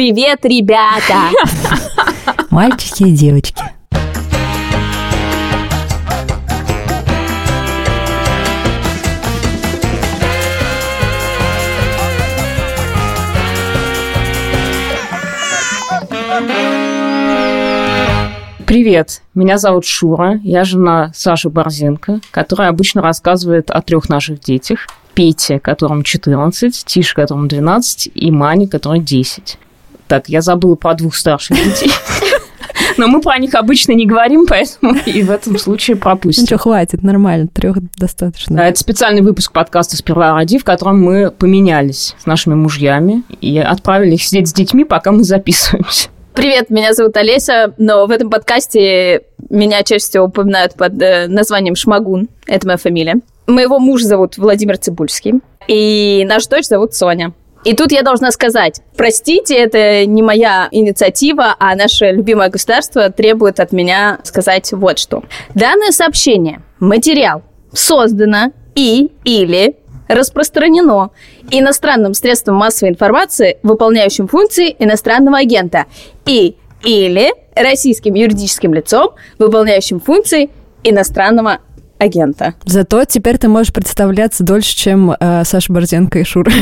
Привет, ребята! Мальчики и девочки. Привет, меня зовут Шура, я жена Саши Борзенко, которая обычно рассказывает о 3 наших детях. Пете, которому 14, Тише, которому 12, и Мане, которой 10. Так, я забыла про 2 старших детей. Но мы про них обычно не говорим, поэтому и в этом случае пропустим. Ничего, хватит, нормально, 3 достаточно. Это специальный выпуск подкаста «Сперва роди», в котором мы поменялись с нашими мужьями и отправили их сидеть с детьми, пока мы записываемся. Привет, меня зовут Олеся, но в этом подкасте меня чаще всего упоминают под названием Шмагун. Это моя фамилия. Моего мужа зовут Владимир Цибульский, и нашу дочь зовут Соня. И тут я должна сказать, простите, это не моя инициатива, а наше любимое государство требует от меня сказать вот что. Данное сообщение, материал создано или распространено иностранным средством массовой информации, выполняющим функции иностранного агента, или российским юридическим лицом, выполняющим функции иностранного агента. Зато теперь ты можешь представляться дольше, чем Саша Борзенко и Шура.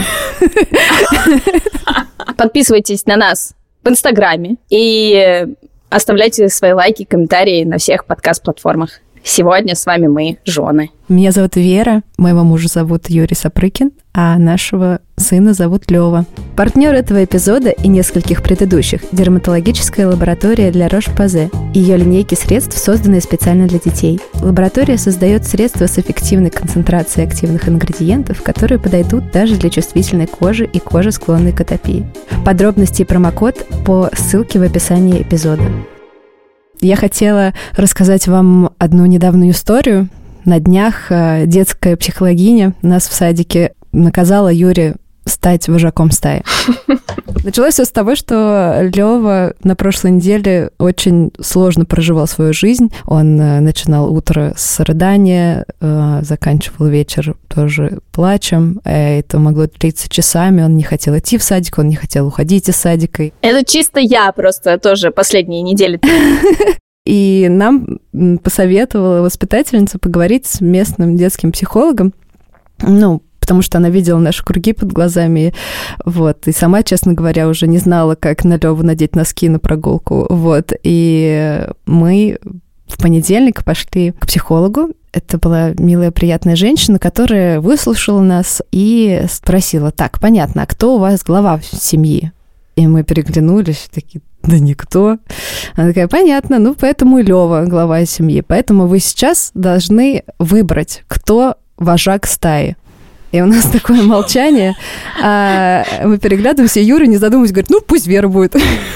Подписывайтесь на нас в Инстаграме и оставляйте свои лайки, комментарии на всех подкаст-платформах. Сегодня с вами мы, жены. Меня зовут Вера, моего мужа зовут Юрий Сапрыкин, а нашего сына зовут Лёва. Партнер этого эпизода и нескольких предыдущих – дерматологическая лаборатория для Рош-Пазе. Ее линейки средств созданы специально для детей. Лаборатория создает средства с эффективной концентрацией активных ингредиентов, которые подойдут даже для чувствительной кожи и кожи, склонной к атопии. Подробности и промокод по ссылке в описании эпизода. Я хотела рассказать вам одну недавнюю историю. На днях детская психологиня нас в садике наказала Юре стать вожаком стаи. Началось все с того, что Лёва на прошлой неделе очень сложно проживал свою жизнь. Он начинал утро с рыдания, заканчивал вечер тоже плачем. Это могло длиться часами. Он не хотел идти в садик, он не хотел уходить из садика. Это чисто я просто тоже последние недели. И нам посоветовала воспитательница поговорить с местным детским психологом. Потому что она видела наши круги под глазами, и сама, честно говоря, уже не знала, как на Лёву надеть носки на прогулку, и мы в понедельник пошли к психологу. Это была милая, приятная женщина, которая выслушала нас и спросила: так, понятно, а кто у вас глава семьи? И мы переглянулись, такие: да никто. Она такая: понятно, поэтому и Лёва глава семьи, поэтому вы сейчас должны выбрать, кто вожак стаи. И у нас такое молчание. Мы переглядываемся, и Юра, не задумываясь, говорит: пусть Вера будет.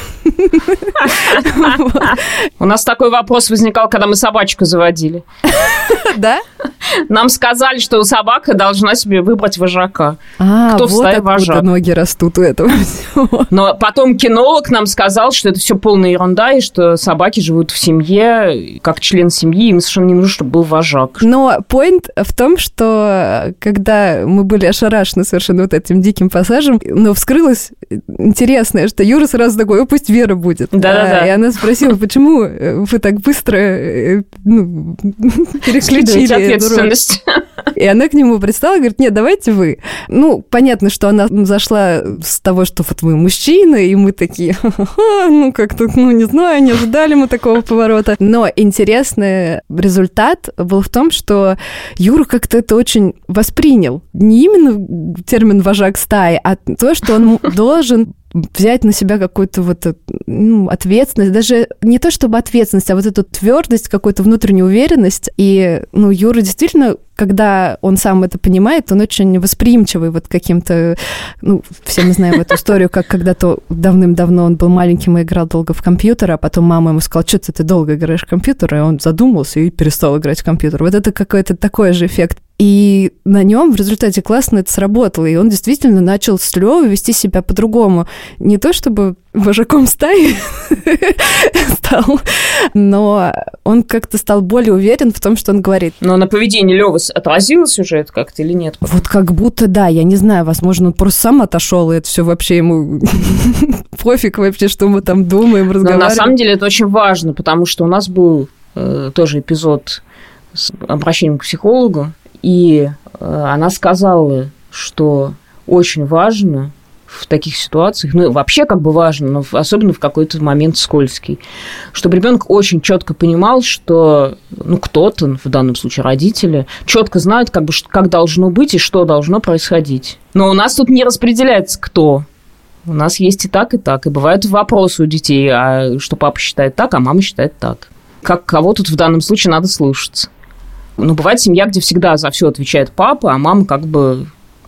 У нас такой вопрос возникал, когда мы собачку заводили. Да? Нам сказали, что собака должна себе выбрать вожака. Кто в стае вожак. Ноги растут у этого всего. Но потом кинолог нам сказал, что это все полная ерунда, и что собаки живут в семье, как член семьи, им совершенно не нужно, чтобы был вожак. Но поинт в том, что когда мы были ошарашены совершенно этим диким пассажем, но вскрылось интересное, что Юра сразу такой: пусть Вера будет. Да-да-да. И она спросила: почему вы так быстро переключили ответственность? И она к нему пристала и говорит: нет, давайте вы. Понятно, что она зашла с того, что вы мужчина, и мы такие: как-то, не знаю, не ожидали мы такого поворота. Но интересный результат был в том, что Юра как-то это очень воспринял. Не именно термин «вожак стаи», а то, что он должен взять на себя какую-то ответственность, даже не то чтобы ответственность, а эту твердость, какую-то внутреннюю уверенность. И, Юра действительно, когда он сам это понимает, он очень восприимчивый к каким-то... все мы знаем эту историю, как когда-то давным-давно он был маленьким и играл долго в компьютер, а потом мама ему сказала: что ты долго играешь в компьютер, и он задумался и перестал играть в компьютер. Это какой-то такой же эффект И на нем в результате классно это сработало. И он действительно начал с Лёвой вести себя по-другому. Не то чтобы вожаком стаи стал, но он как-то стал более уверен в том, что он говорит. Но на поведении Лёвы отразилось уже это как-то или нет? Вот как будто да, я не знаю, возможно, он просто сам отошел, и это все вообще ему пофиг вообще, что мы там думаем, разговариваем. Но на самом деле это очень важно, потому что у нас был тоже эпизод с обращением к психологу, и она сказала, что очень важно в таких ситуациях, ну, вообще как бы важно, но особенно в какой-то момент скользкий, чтобы ребенок очень четко понимал, что, ну, кто-то, в данном случае родители, четко знают, как бы, как должно быть и что должно происходить. Но у нас тут не распределяется кто. У нас есть и так, и так. И бывают вопросы у детей, а что папа считает так, а мама считает так. Как кого тут в данном случае надо слушаться. Ну, бывает семья, где всегда за все отвечает папа, а мама как бы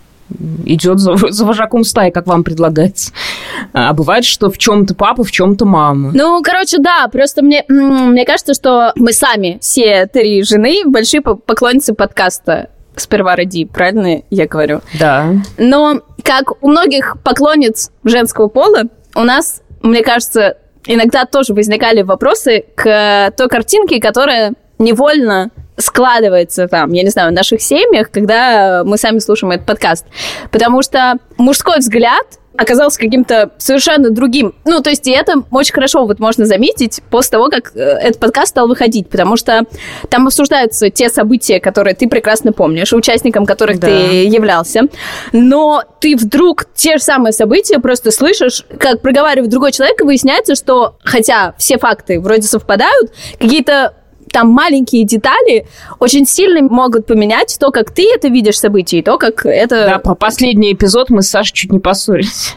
идет за вожаком стаи, как вам предлагается. А бывает, что в чем-то папа, в чем-то мама. Ну, короче, да, просто мне кажется, что мы сами, все 3 жены, большие поклонницы подкаста «Сперва роди», правильно я говорю? Да. Но, как у многих поклонниц женского пола, у нас, мне кажется, иногда тоже возникали вопросы к той картинке, которая невольно складывается там, я не знаю, в наших семьях, когда мы сами слушаем этот подкаст. Потому что мужской взгляд оказался каким-то совершенно другим. Ну, то есть, и это очень хорошо вот можно заметить после того, как этот подкаст стал выходить, потому что там обсуждаются те события, которые ты прекрасно помнишь, участником которых ты являлся, но ты вдруг те же самые события просто слышишь, как проговаривает другой человек, и выясняется, что, хотя все факты вроде совпадают, какие-то там маленькие детали очень сильно могут поменять то, как ты это видишь события, и то, как это... Да, про последний эпизод мы с Сашей чуть не поссорились.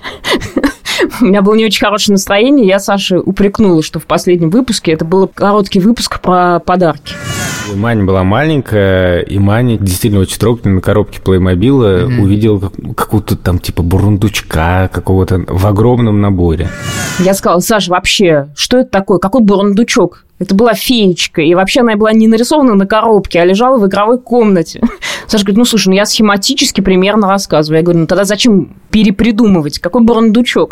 У меня было не очень хорошее настроение, я Саше упрекнула, что в последнем выпуске это был короткий выпуск про подарки. Маня была маленькая, и Маня действительно очень трогательно на коробке Плеймобила увидела какого-то там типа бурундучка какого-то в огромном наборе. Я сказала: Саша, вообще, что это такое? Какой бурундучок? Это была феечка, и вообще она была не нарисована на коробке, а лежала в игровой комнате. Саша говорит: ну, слушай, ну я схематически примерно рассказываю. Я говорю: ну тогда зачем перепридумывать? Какой бурундучок?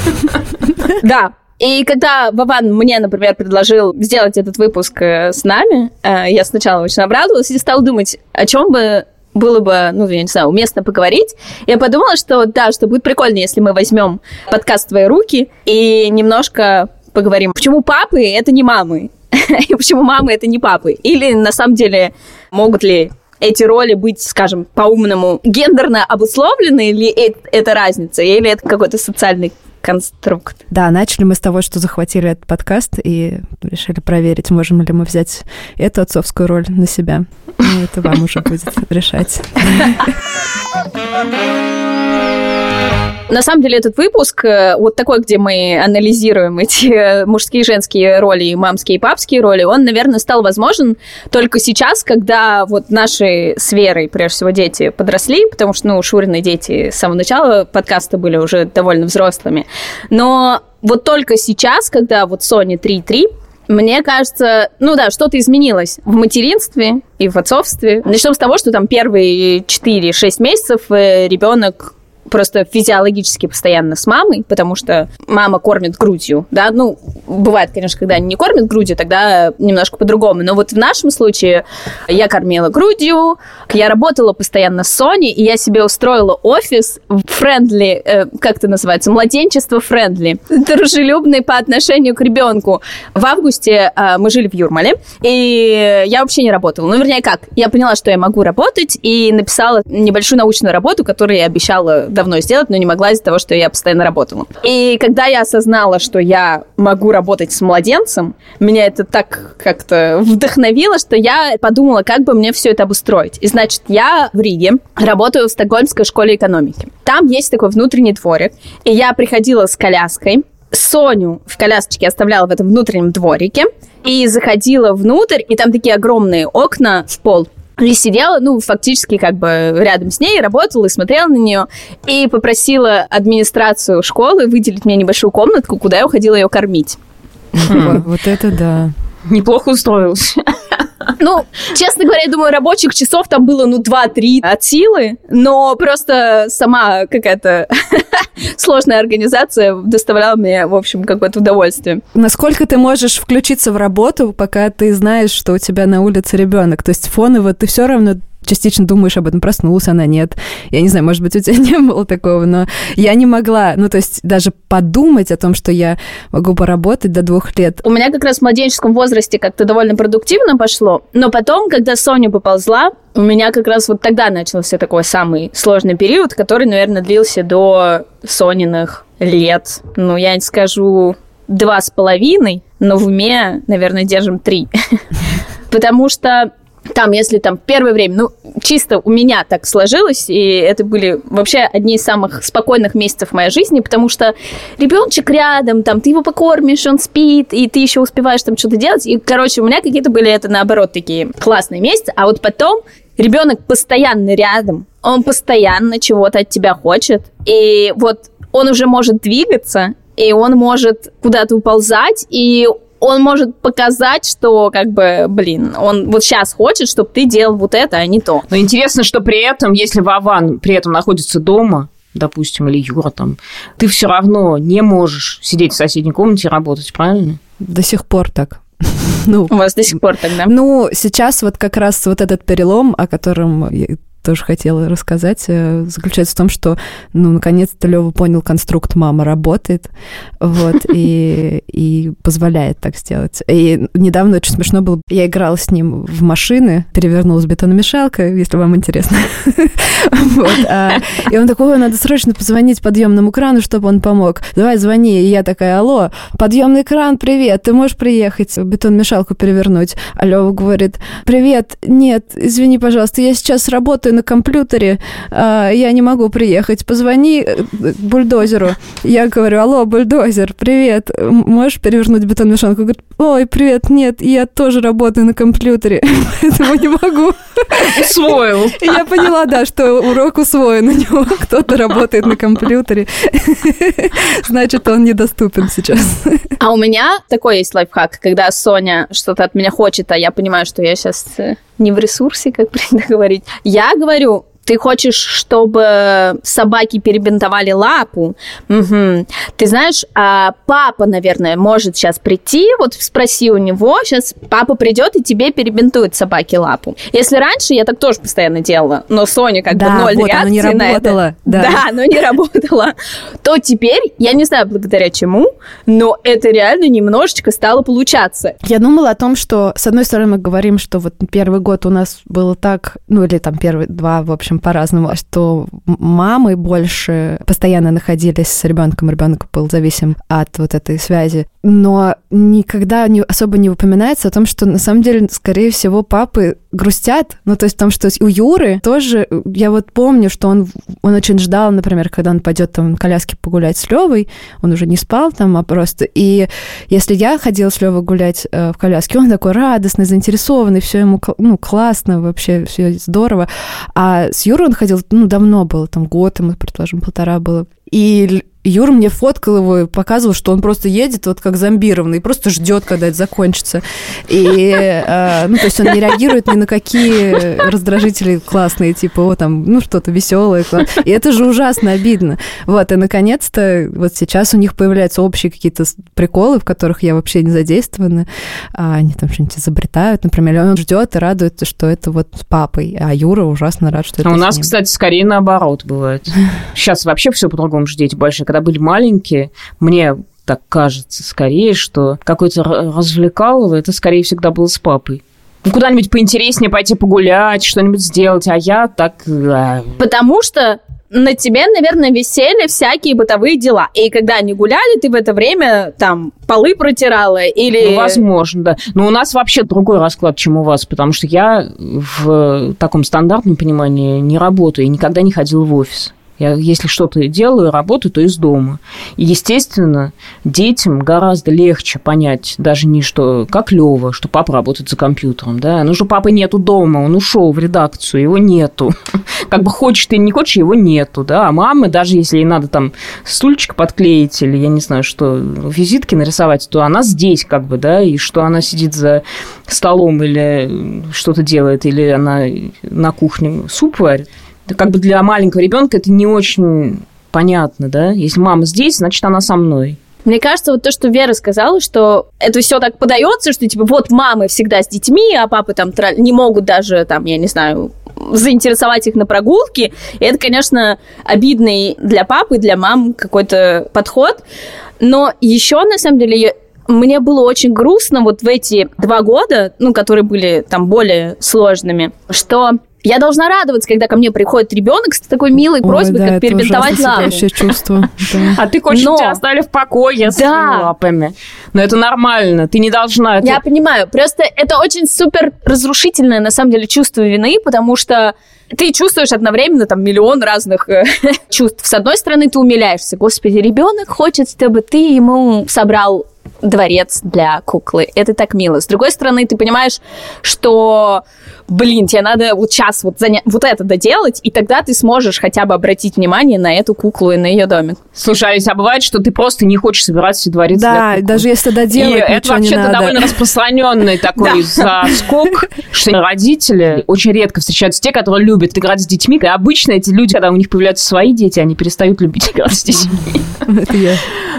Да. И когда Вован мне, например, предложил сделать этот выпуск с нами, я сначала очень обрадовалась и стала думать, о чем бы было бы, ну, я не знаю, уместно поговорить. Я подумала, что да, что будет прикольно, если мы возьмем подкаст в свои руки и немножко поговорим, почему папы – это не мамы, и почему мамы – это не папы. Или, на самом деле, могут ли эти роли быть, скажем, по-умному гендерно обусловлены, или это разница, или это какой-то социальный конструкт. Да, начали мы с того, что захватили этот подкаст и решили проверить, можем ли мы взять эту отцовскую роль на себя. Ну, это вам уже будет решать. На самом деле этот выпуск, вот такой, где мы анализируем эти мужские и женские роли, мамские и папские роли, он, наверное, стал возможен только сейчас, когда вот наши с Верой, прежде всего, дети подросли, потому что, ну, Шурины дети с самого начала подкаста были уже довольно взрослыми. Но вот только сейчас, когда вот Соне 3,3, мне кажется, ну да, что-то изменилось в материнстве и в отцовстве. Начнем с того, что там первые 4-6 месяцев ребенок просто физиологически постоянно с мамой, потому что мама кормит грудью, да, ну, бывает, конечно, когда они не кормят грудью, тогда немножко по-другому, но вот в нашем случае я кормила грудью, я работала постоянно с Соней, и я себе устроила офис френдли, как это называется, младенчество френдли, дружелюбный по отношению к ребенку. В августе мы жили в Юрмале, и я вообще не работала, ну, вернее, как, я поняла, что я могу работать, и написала небольшую научную работу, которую я обещала давно сделать, но не могла из-за того, что я постоянно работала. И когда я осознала, что я могу работать с младенцем, меня это так как-то вдохновило, что я подумала, как бы мне все это обустроить. И, значит, я в Риге работаю в Стокгольмской школе экономики. Там есть такой внутренний дворик, и я приходила с коляской, Соню в колясочке оставляла в этом внутреннем дворике и заходила внутрь, и там такие огромные окна в пол. И сидела, ну, фактически как бы рядом с ней, работала и смотрела на нее, и попросила администрацию школы выделить мне небольшую комнатку, куда я уходила ее кормить. Вот это да. Неплохо устроилась. Ну, честно говоря, я думаю, рабочих часов там было, 2-3 от силы, но просто сама какая-то сложная организация доставляла мне, в общем, какое-то удовольствие. Насколько ты можешь включиться в работу, пока ты знаешь, что у тебя на улице ребенок? То есть фоново ты все равно частично думаешь об этом, проснулась она, нет. Я не знаю, может быть, у тебя не было такого, но я не могла, то есть даже подумать о том, что я могу поработать до 2 лет. У меня как раз в младенческом возрасте как-то довольно продуктивно пошло, но потом, когда Соня поползла, у меня как раз вот тогда начался такой самый сложный период, который, наверное, длился до Сониных лет. Я не скажу 2,5, но в уме, наверное, держим 3. Потому что если первое время, чисто у меня так сложилось, и это были вообще одни из самых спокойных месяцев в моей жизни, потому что ребеночек рядом, ты его покормишь, он спит, и ты еще успеваешь там что-то делать. И, у меня какие-то были наоборот, такие классные месяцы, а вот потом ребенок постоянно рядом, он постоянно чего-то от тебя хочет, и вот он уже может двигаться, и он может куда-то уползать, и он может показать, что, он вот сейчас хочет, чтобы ты делал вот это, а не то. Но интересно, что при этом, если Вован при этом находится дома, допустим, или Юра ты все равно не можешь сидеть в соседней комнате и работать, правильно? До сих пор так. У вас до сих пор так, да? Сейчас вот как раз вот этот перелом, о котором я тоже хотела рассказать, заключается в том, что, наконец-то Лёва понял конструкт «мама работает», и позволяет так сделать. И недавно очень смешно было, я играла с ним в машины, перевернулась бетономешалка, если вам интересно. И он такой: надо срочно позвонить подъемному крану, чтобы он помог. Давай, звони. И я такая: алло, подъемный кран, привет, ты можешь приехать бетономешалку перевернуть? А Лёва говорит: привет, нет, извини, пожалуйста, я сейчас работаю на компьютере, я не могу приехать, позвони бульдозеру. Я говорю: алло, бульдозер, привет, можешь перевернуть бетономешалку? Говорит: ой, привет, нет, я тоже работаю на компьютере, поэтому не могу. Усвоил. И я поняла, да, что урок усвоен, у него кто-то работает на компьютере, значит, он недоступен сейчас. А у меня такой есть лайфхак, когда Соня что-то от меня хочет, а я понимаю, что я сейчас не в ресурсе, как принято говорить. Я говорю: ты хочешь, чтобы собаки перебинтовали лапу? Угу. Ты знаешь, папа, наверное, может сейчас прийти, вот спроси у него, сейчас папа придет и тебе перебинтует собаке лапу. Если раньше я так тоже постоянно делала, но Соня ноль реакции не на это. Да, но не работало. То теперь, я не знаю благодаря чему, но это реально немножечко стало получаться. Я думала о том, что, с одной стороны, мы говорим, что вот первый год у нас было так, или первые 2, в общем, по-разному, что мамы больше постоянно находились с ребенком, ребенок был зависим от вот этой связи, но никогда особо не упоминается о том, что на самом деле, скорее всего, папы грустят, то есть в том, что у Юры тоже, я вот помню, что он очень ждал, например, когда он пойдет в коляске погулять с Левой, он уже не спал а просто, и если я ходила с Левой гулять в коляске, он такой радостный, заинтересованный, все ему, классно, вообще все здорово, а с Юрой он ходил, давно было, год ему, предположим, 1,5 было, и Юра мне фоткал его и показывал, что он просто едет вот как зомбированный и просто ждет, когда это закончится. И, то есть он не реагирует ни на какие раздражители классные, типа, что-то веселое. И это же ужасно обидно. И наконец-то вот сейчас у них появляются общие какие-то приколы, в которых я вообще не задействована. Они там что-нибудь изобретают, например, он ждет и радуется, что это вот с папой, а Юра ужасно рад, что это у нас, кстати, скорее наоборот бывает. Сейчас вообще все по-другому же дети больше. Когда были маленькие, мне так кажется скорее, что какой-то развлекалово, это скорее всегда было с папой. Куда-нибудь поинтереснее пойти погулять, что-нибудь сделать, а я так... Потому что на тебе, наверное, висели всякие бытовые дела. И когда они гуляли, ты в это время полы протирала или... возможно, да. Но у нас вообще другой расклад, чем у вас, потому что я в таком стандартном понимании не работаю и никогда не ходила в офис. Я, если что-то делаю, работаю, то из дома. И, естественно, детям гораздо легче понять даже не что, как Лёва, что папа работает за компьютером, да, ну что папы нету дома, он ушел в редакцию, его нету. Как бы хочешь ты, не хочешь, его нету, да. А мамы, даже если ей надо там стульчик подклеить или, я не знаю, что, визитки нарисовать, то она здесь как бы, да, и что она сидит за столом или что-то делает, или она на кухне суп варит. Как бы для маленького ребенка это не очень понятно, да? Если мама здесь, значит, она со мной. Мне кажется, вот то, что Вера сказала, что это все так подается, что типа вот мамы всегда с детьми, а папы там не могут даже там, я не знаю, заинтересовать их на прогулке. И это, конечно, обидный для папы, для мам какой-то подход. Но еще, на самом деле, мне было очень грустно вот в эти 2 года, ну, которые были там более сложными, что я должна радоваться, когда ко мне приходит ребенок с такой милой просьбой, как перебинтовать лапы. Чувство. А ты хочешь, чтобы тебя оставили в покое с своими лапами. Но это нормально, ты не должна... Я понимаю, просто это очень супер разрушительное, на самом деле, чувство вины, потому что ты чувствуешь одновременно там миллион разных чувств. С одной стороны, ты умиляешься. Господи, ребенок хочет, чтобы ты ему собрал дворец для куклы. Это так мило. С другой стороны, ты понимаешь, что, тебе надо вот сейчас вот это доделать, и тогда ты сможешь хотя бы обратить внимание на эту куклу и на ее домик. Слушай, Алис, а бывает, что ты просто не хочешь собирать все дворец для куклы? Да, даже если доделать, и это вообще-то довольно распространенный такой заскок, что родители очень редко встречаются те, которые любят играть с детьми. И обычно эти люди, когда у них появляются свои дети, они перестают любить играть с детьми. Это я.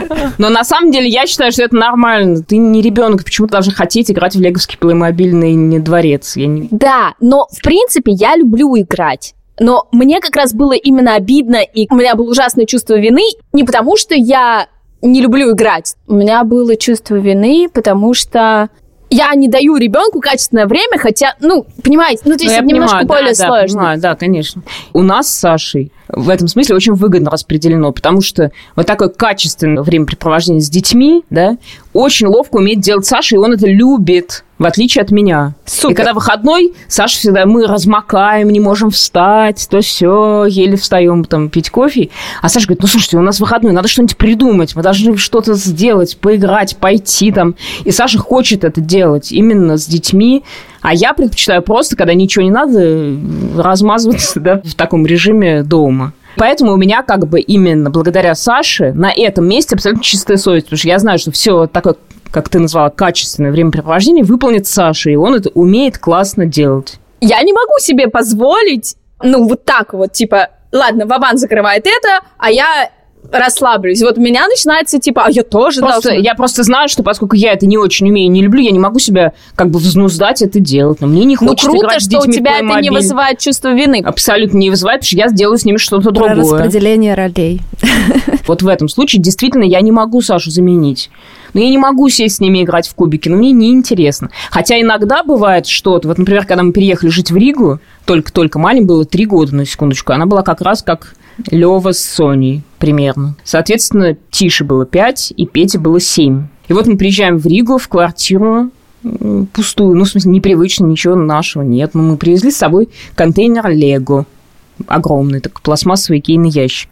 Но на самом деле я считаю, что это нормально. Ты не ребенок, почему ты должна хотеть играть в леговский плеймобильный дворец? Да, но в принципе я люблю играть. Но мне как раз было именно обидно, и у меня было ужасное чувство вины не потому, что я не люблю играть. У меня было чувство вины, потому что я не даю ребенку качественное время, хотя, понимаете, то есть это немножко более сложно. Понимаю, да, конечно. У нас с Сашей в этом смысле очень выгодно распределено, потому что вот такое качественное времяпрепровождение с детьми, да, очень ловко умеет делать Саша, и он это любит, в отличие от меня. Супер. И когда выходной, Саша всегда, мы размокаем, не можем встать, то все, еле встаем там пить кофе. А Саша говорит, слушайте, у нас выходной, надо что-нибудь придумать, мы должны что-то сделать, поиграть, пойти там. И Саша хочет это делать именно с детьми, а я предпочитаю просто, когда ничего не надо, размазываться, да, в таком режиме дома. Поэтому у меня как бы именно благодаря Саше на этом месте абсолютно чистая совесть, потому что я знаю, что все такое, как ты назвала, качественное времяпрепровождение выполнит Саша, и он это умеет классно делать. Я не могу себе позволить, вот так вот, типа, ладно, Вован закрывает это, а я расслаблюсь. Вот у меня начинается, типа, а я тоже должна. Я просто знаю, что поскольку я это не очень умею, не люблю, я не могу себя как бы взнуздать это делать. Но мне не хочется играть с детьми в круто, что у тебя это не вызывает чувство вины. Абсолютно не вызывает, потому что я сделаю с ними что-то другое. Распределение ролей. Вот в этом случае действительно я не могу Сашу заменить. Но я не могу сесть с ними играть в кубики, но мне неинтересно. Хотя иногда бывает что-то. Вот, например, когда мы переехали жить в Ригу, только Мане было 3 года, на секундочку, она была как раз как Лёва с Соней примерно. Соответственно, Тише было 5, и Пете было 7. И вот мы приезжаем в Ригу, в квартиру пустую, в смысле, непривычно, ничего нашего нет. Но мы привезли с собой контейнер Лего, огромный, такой пластмассовый икейный ящик.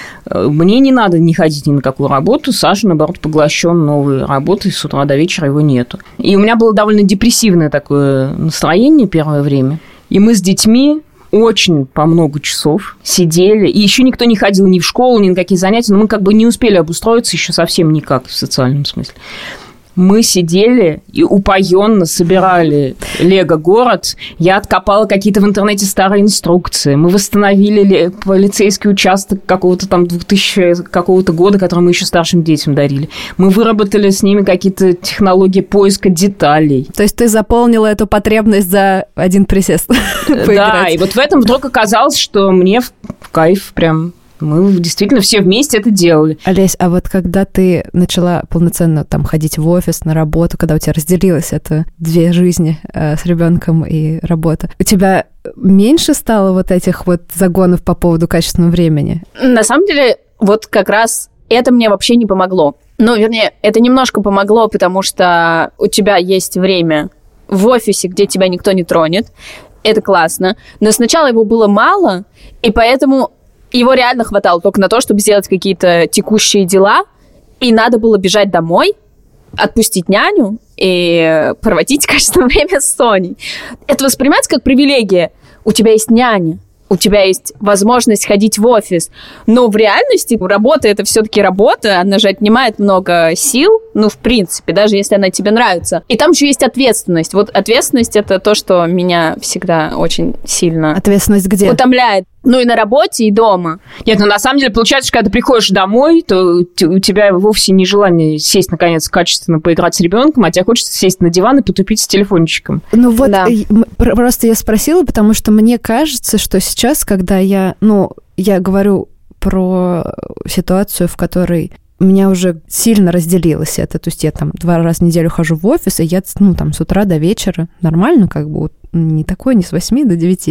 Мне не надо не ходить ни на какую работу, Саша, наоборот, поглощен новой работой, с утра до вечера его нету. И у меня было довольно депрессивное такое настроение первое время. И мы с детьми очень по много часов сидели, и еще никто не ходил ни в школу, ни на какие занятия, но мы как бы не успели обустроиться еще совсем никак в социальном смысле. Мы сидели и упоенно собирали Лего-город. Я откопала какие-то в интернете старые инструкции. Мы восстановили полицейский участок какого-то там 2000 какого-то года, который мы еще старшим детям дарили. Мы выработали с ними какие-то технологии поиска деталей. То есть ты заполнила эту потребность за один присест поиграть. Да, и вот в этом вдруг оказалось, что мне в кайф прям... Мы действительно все вместе это делали. Олесь, а вот когда ты начала полноценно там ходить в офис, на работу, когда у тебя разделилось это 2 жизни с ребенком и работа, у тебя меньше стало вот этих вот загонов по поводу качественного времени? На самом деле, вот как раз это мне вообще не помогло. Вернее, это немножко помогло, потому что у тебя есть время в офисе, где тебя никто не тронет. Это классно. Но сначала его было мало, и поэтому... Его реально хватало только на то, чтобы сделать какие-то текущие дела, и надо было бежать домой, отпустить няню и проводить качественное время с Соней. Это воспринимается как привилегия. У тебя есть няня, у тебя есть возможность ходить в офис. Но в реальности работа – это все-таки работа, она же отнимает много сил, в принципе, даже если она тебе нравится. И там еще есть ответственность. Вот ответственность – это то, что меня всегда очень сильно… Ответственность где? Утомляет. И на работе, и дома. Нет, на самом деле, получается, что когда ты приходишь домой, то у тебя вовсе не желание сесть, наконец, качественно поиграть с ребенком, а тебе хочется сесть на диван и потупить с телефончиком. Да. Просто я спросила, потому что мне кажется, что сейчас, когда я говорю про ситуацию, в которой у меня уже сильно разделилось это. То есть я 2 раза в неделю хожу в офис, и я с утра до вечера нормально, не такой, не с 8 до 9,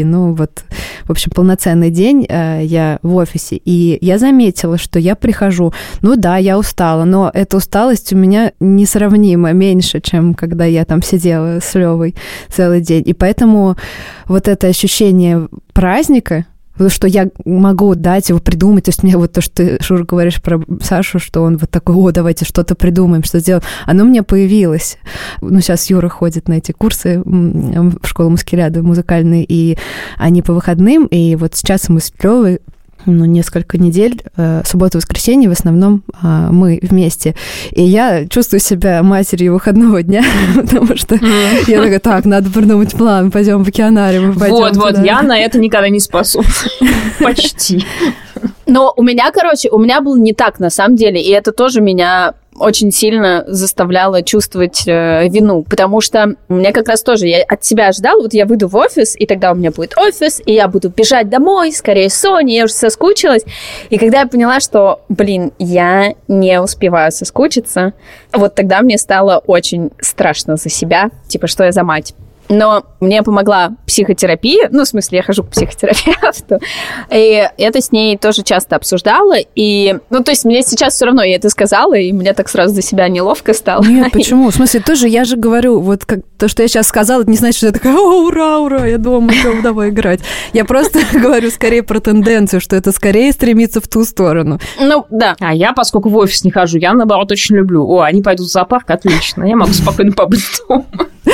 в общем, полноценный день я в офисе. И я заметила, что я прихожу, я устала, но эта усталость у меня несравнимо меньше, чем когда я там сидела с Лёвой целый день. И поэтому вот это ощущение праздника, что я могу дать его придумать. То есть мне то, что ты, Шура, говоришь про Сашу, что он такой, давайте что-то придумаем, что сделаем. Оно у меня появилось. Сейчас Юра ходит на эти курсы в школу Маскиряды музыкальные, и они по выходным. И вот сейчас мы с Лёвой несколько недель, суббота-воскресенье, в основном мы вместе. И я чувствую себя матерью выходного дня, потому что я такая, так, надо придумать план, пойдем в океанариум. Вот, я на это никогда не способна. Почти. Но у меня было не так, на самом деле, и это тоже меня очень сильно заставляло чувствовать вину, потому что мне как раз тоже, я от себя ожидала, я выйду в офис, и тогда у меня будет офис, и я буду бежать домой, скорее Соня, я уже соскучилась. И когда я поняла, что, я не успеваю соскучиться, вот тогда мне стало очень страшно за себя, что я за мать. Но мне помогла психотерапия, в смысле, я хожу к психотерапевту, и это с ней тоже часто обсуждала, и, то есть мне сейчас все равно, я это сказала, и мне так сразу за себя неловко стало. Нет, почему? В смысле, тоже я же говорю, как то, что я сейчас сказала, это не значит, что я такая, ура, я дома, давай играть. Я просто говорю скорее про тенденцию, что это скорее стремится в ту сторону. Да. А я, поскольку в офис не хожу, я, наоборот, очень люблю. Они пойдут в зоопарк, отлично, я могу спокойно побыть дома.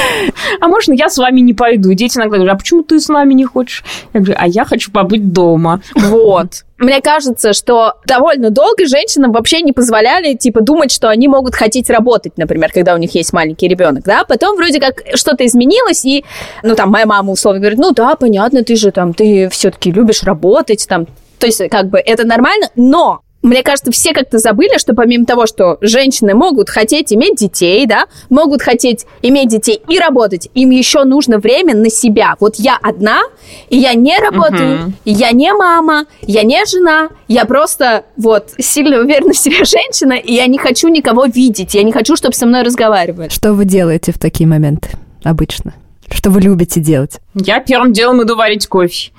А можно я с вами не пойду? Дети иногда говорят, а почему ты с нами не хочешь? Я говорю, а я хочу побыть дома. Вот. Мне кажется, что довольно долго женщинам вообще не позволяли, думать, что они могут хотеть работать, например, когда у них есть маленький ребенок, да? Потом вроде как что-то изменилось, и, моя мама условно говорит, да, понятно, ты все-таки любишь работать, то есть, это нормально, но мне кажется, все как-то забыли, что помимо того, что женщины могут хотеть иметь детей, да, могут хотеть иметь детей и работать, им еще нужно время на себя. Вот я одна, и я не работаю, и я не мама, я не жена, я просто сильно уверена в себе женщина, и я не хочу никого видеть, я не хочу, чтобы со мной разговаривали. Что вы делаете в такие моменты обычно? Что вы любите делать? Я первым делом иду варить кофе.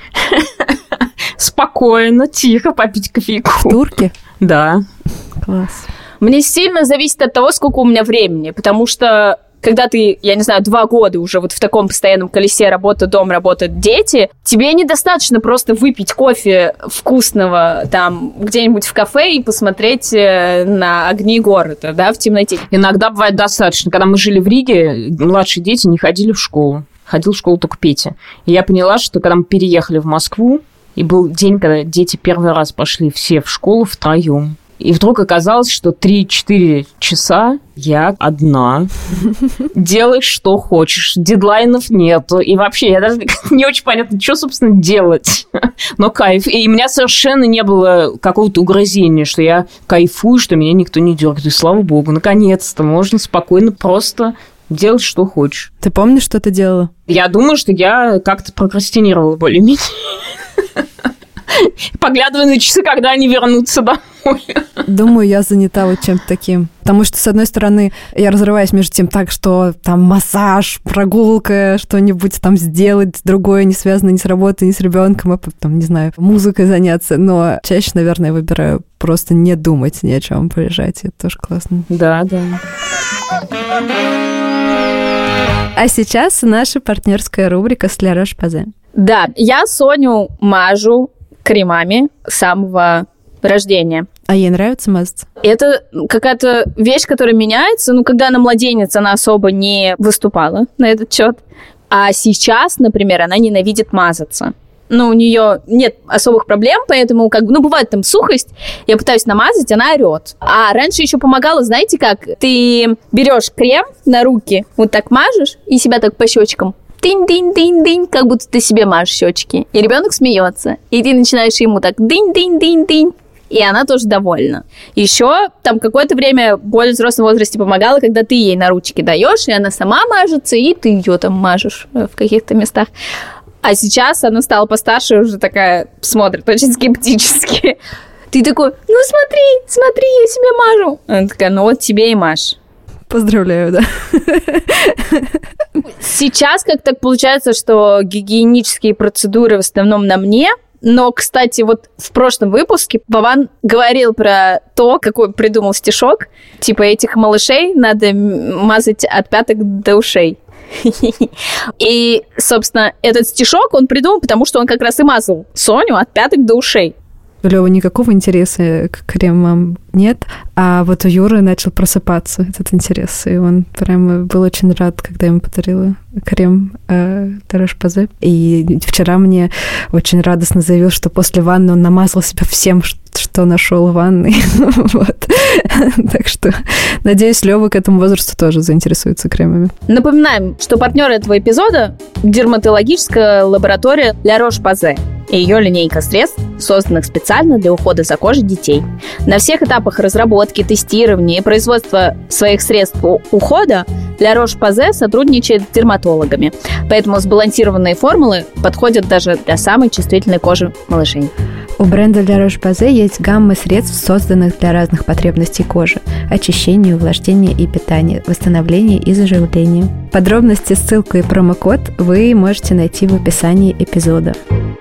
Спокойно, тихо попить кофейку. В турке? Да. Класс. Мне сильно зависит от того, сколько у меня времени, потому что когда ты, 2 года уже в таком постоянном колесе работа, дом, работа, дети, тебе недостаточно просто выпить кофе вкусного где-нибудь в кафе и посмотреть на огни города, да, в темноте. Иногда бывает достаточно. Когда мы жили в Риге, младшие дети не ходили в школу. Ходил в школу только Петя. И я поняла, что когда мы переехали в Москву, и был день, когда дети первый раз пошли все в школу втроем. И вдруг оказалось, что 3-4 часа я одна. Делай, что хочешь. Дедлайнов нету. И вообще, я даже не очень понятно, что, собственно, делать. Но кайф. И у меня совершенно не было какого-то угрызения, что я кайфую, что меня никто не дергает. И слава богу, наконец-то можно спокойно просто делать, что хочешь. Ты помнишь, что ты делала? Я думаю, что я как-то прокрастинировала более-менее. Поглядывая на часы, когда они вернутся домой. Думаю, я занята чем-то таким. Потому что, с одной стороны, я разрываюсь между тем так, что массаж, прогулка, что-нибудь сделать, другое, не связанное ни с работой, ни с ребенком, а потом, не знаю, музыкой заняться. Но чаще, наверное, выбираю просто не думать ни о чем, полежать. Это тоже классно. Да. А сейчас наша партнерская рубрика «С Ля Рош-Позе». Да, я Соню мажу кремами с самого рождения. А ей нравится мазаться? Это какая-то вещь, которая меняется. Когда она младенец, она особо не выступала на этот счет. А сейчас, например, она ненавидит мазаться. У нее нет особых проблем, поэтому, бывает там сухость, я пытаюсь намазать, она орет. А раньше еще помогала, знаете как? Ты берешь крем на руки, вот так мажешь, и себя так по щечкам. Дынь-дынь-дынь-дынь, как будто ты себе мажешь щечки. И ребенок смеется. И ты начинаешь ему так дынь-дынь-дынь-дынь. И она тоже довольна. Еще там какое-то время в более взрослом возрасте помогала, когда ты ей на ручки даешь, и она сама мажется, и ты ее там мажешь в каких-то местах. А сейчас она стала постарше, уже такая смотрит очень скептически. Ты такой, смотри, я себе мажу. Она такая, вот тебе и мажь. Поздравляю, да. Сейчас как так получается, что гигиенические процедуры в основном на мне. Но, кстати, вот в прошлом выпуске Вован говорил про то, какой придумал стишок. Типа этих малышей надо мазать от пяток до ушей. И, собственно, этот стишок он придумал, потому что он как раз и мазал Соню от пяток до ушей. У Лёвы никакого интереса к кремам нет, а вот у Юры начал просыпаться этот интерес, и он прямо был очень рад, когда я ему подарила крем La Roche-Posay. И вчера мне очень радостно заявил, что после ванны он намазал себя всем, что нашел в ванной. Вот. Так что, надеюсь, Лёва к этому возрасту тоже заинтересуется кремами. Напоминаем, что партнер этого эпизода – дерматологическая лаборатория La Roche-Posay и ее линейка средств, созданных специально для ухода за кожей детей. На всех этапах разработки, тестирования и производства своих средств ухода La Roche-Posay сотрудничает с дерматологами, поэтому сбалансированные формулы подходят даже для самой чувствительной кожи малышей. У бренда La Roche-Posay есть гамма средств, созданных для разных потребностей кожи: очищения, увлажнения и питания, восстановления и заживления. Подробности, ссылку и промокод вы можете найти в описании эпизода.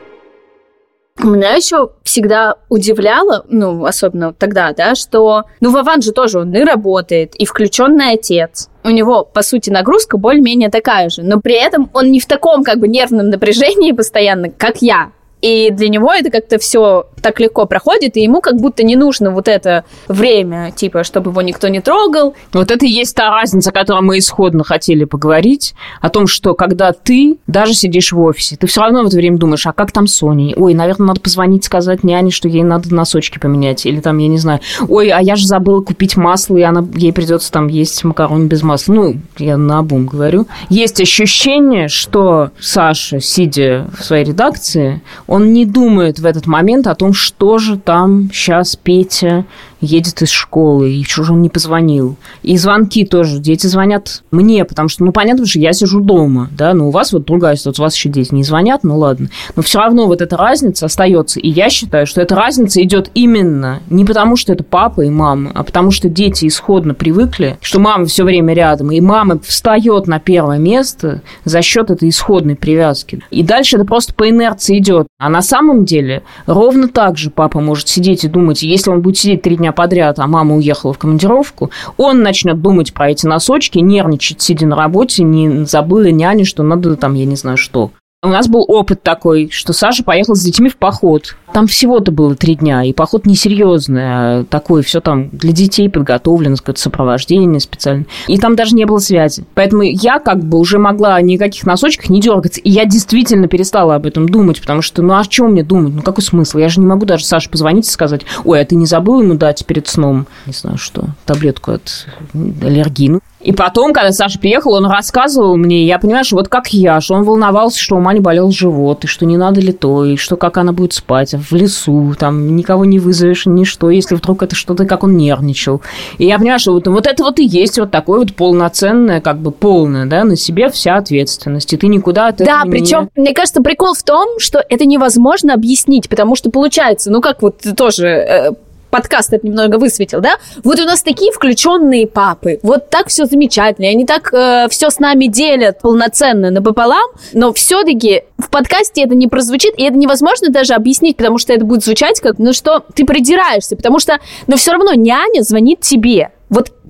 Меня еще всегда удивляло, особенно тогда, да, что, Вован же тоже, он и работает, и включенный отец. У него, по сути, нагрузка более-менее такая же, но при этом он не в таком, нервном напряжении постоянно, как я. И для него это как-то все так легко проходит, и ему как будто не нужно вот это время, чтобы его никто не трогал. Вот это и есть та разница, о которой мы исходно хотели поговорить, о том, что когда ты даже сидишь в офисе, ты все равно в это время думаешь, а как там Соня? Ой, наверное, надо позвонить, сказать няне, что ей надо носочки поменять, или там, я не знаю, ой, а я же забыла купить масло, и ей придется там есть макароны без масла. Я наобум говорю. Есть ощущение, что Саша, сидя в своей редакции, он не думает в этот момент о том, что же там сейчас Петя едет из школы, и что же он не позвонил. И звонки тоже. Дети звонят мне, потому что, понятно, что я сижу дома, да, но у вас вот другая ситуация, у вас еще дети не звонят, ладно. Но все равно вот эта разница остается. И я считаю, что эта разница идет именно не потому, что это папа и мама, а потому что дети исходно привыкли, что мама все время рядом, и мама встает на первое место за счет этой исходной привязки. И дальше это просто по инерции идет. А на самом деле ровно так же папа может сидеть и думать, если он будет сидеть 3 дня подряд, а мама уехала в командировку, он начнет думать про эти носочки, нервничать, сидя на работе, не забыла няня, что надо там, я не знаю что. У нас был опыт такой, что Саша поехал с детьми в поход. Там всего-то было 3 дня, и поход несерьезный, а такой, все там для детей подготовлено, какое-то сопровождение специально. И там даже не было связи. Поэтому я уже могла о никаких носочках не дергаться. И я действительно перестала об этом думать, потому что, а о чем мне думать? Какой смысл? Я же не могу даже Саше позвонить и сказать, ой, а ты не забыл ему дать перед сном, не знаю что, таблетку от аллергии? И потом, когда Саша приехал, он рассказывал мне, я понимаю, что вот как я, что он волновался, что у Мани болел живот, и что не надо ли то, и что как она будет спать в лесу, там никого не вызовешь, ничто, если вдруг это что-то, как он нервничал. И я понимаю, что вот это вот и есть вот такое вот полноценное, полное, да, на себе вся ответственность, и ты никуда от этого не... Да, причем, мне кажется, прикол в том, что это невозможно объяснить, потому что получается, как вот тоже... подкаст это немного высветил, да? Вот у нас такие включенные папы, вот так все замечательно, и они так все с нами делят полноценно напополам, но все-таки в подкасте это не прозвучит, и это невозможно даже объяснить, потому что это будет звучать как, что ты придираешься, потому что, но все равно няня звонит тебе. Вот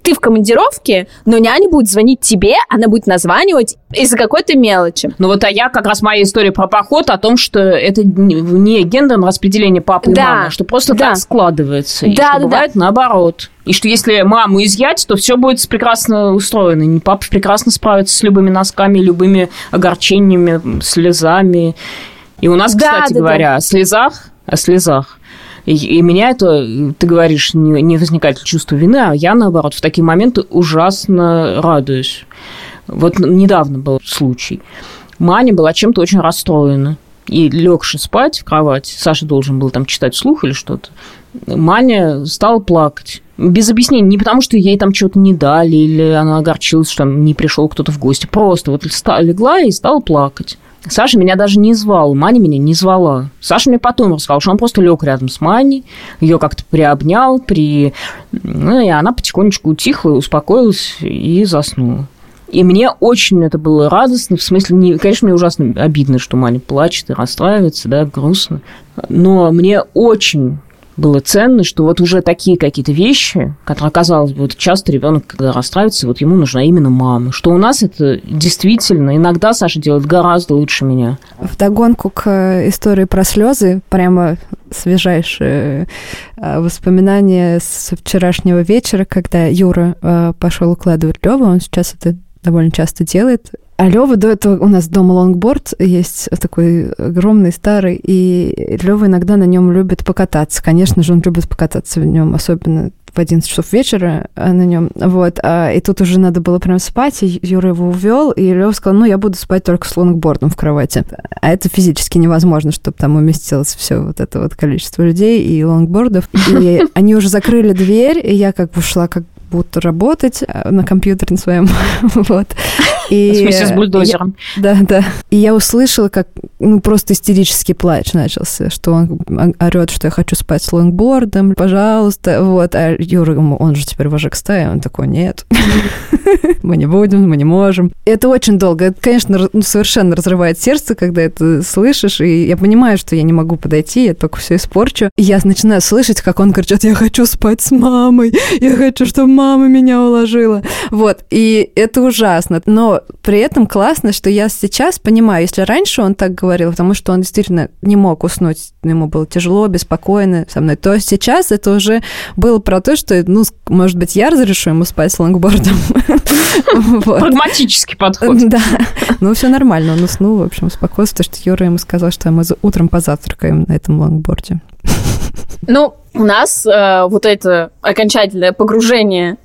ты в командировке, но няня будет звонить тебе, она будет названивать из-за какой-то мелочи. Ну вот, а я как раз моя история про поход о том, что это не гендерное распределение папы и мамы, что просто так складывается. И что бывает наоборот. И что если маму изъять, то все будет прекрасно устроено. Папа прекрасно справится с любыми носками, любыми огорчениями, слезами. И у нас, кстати говоря, о слезах. И меня это, ты говоришь, не возникает чувство вины, а я, наоборот, в такие моменты ужасно радуюсь. Вот недавно был случай. Маня была чем-то очень расстроена. И, легши спать в кровать, Саша должен был там читать вслух или что-то, Маня стала плакать. Без объяснений. Не потому, что ей там что-то не дали, или она огорчилась, что не пришел кто-то в гости. Просто вот легла и стала плакать. Саша меня даже не звал, Маня меня не звала. Саша мне потом рассказал, что он просто лег рядом с Маней, ее как-то приобнял, и она потихонечку утихла, успокоилась и заснула. И мне очень это было радостно, в смысле, конечно, мне ужасно обидно, что Маня плачет и расстраивается, да, грустно, но мне очень было ценно, что вот уже такие какие-то вещи, которые, казалось бы, вот часто ребенок, когда расстраивается, вот ему нужна именно мама. Что у нас это действительно, иногда Саша делает гораздо лучше меня. Вдогонку к истории про слезы, прямо свежайшие воспоминания с вчерашнего вечера, когда Юра пошел укладывать Лёву, он сейчас это довольно часто делает. А Лёва, до этого у нас дома лонгборд есть такой огромный, старый, и Лёва иногда на нем любит покататься. Конечно же, он любит покататься в нем, особенно в 11 часов вечера на нем. Вот. И тут уже надо было прям спать, и Юра его увел, и Лёва сказал, я буду спать только с лонгбордом в кровати. А это физически невозможно, чтобы там уместилось все вот это вот количество людей и лонгбордов. И они уже закрыли дверь, и я как бы шла как будто работать на компьютере на своем. Вот. И, в смысле, с бульдозером. Да. И я услышала, как просто истерический плач начался, что он орёт, что я хочу спать с лонгбордом, пожалуйста. Вот. А Юра, он же теперь вожак стаи, он такой, нет, мы не будем, мы не можем. Это очень долго. Это, конечно, совершенно разрывает сердце, когда это слышишь, и я понимаю, что я не могу подойти, я только все испорчу. И я начинаю слышать, как он кричит, я хочу спать с мамой, я хочу, чтобы мама меня уложила. Вот. И это ужасно. Но при этом классно, что я сейчас понимаю, если раньше он так говорил, потому что он действительно не мог уснуть, ему было тяжело, беспокойно со мной, то сейчас это уже было про то, что, может быть, я разрешу ему спать с лонгбордом. Прагматический подход. Да. Все нормально, он уснул, в общем, успокоился, потому что Юра ему сказал, что мы утром позавтракаем на этом лонгборде. У нас вот это окончательное погружение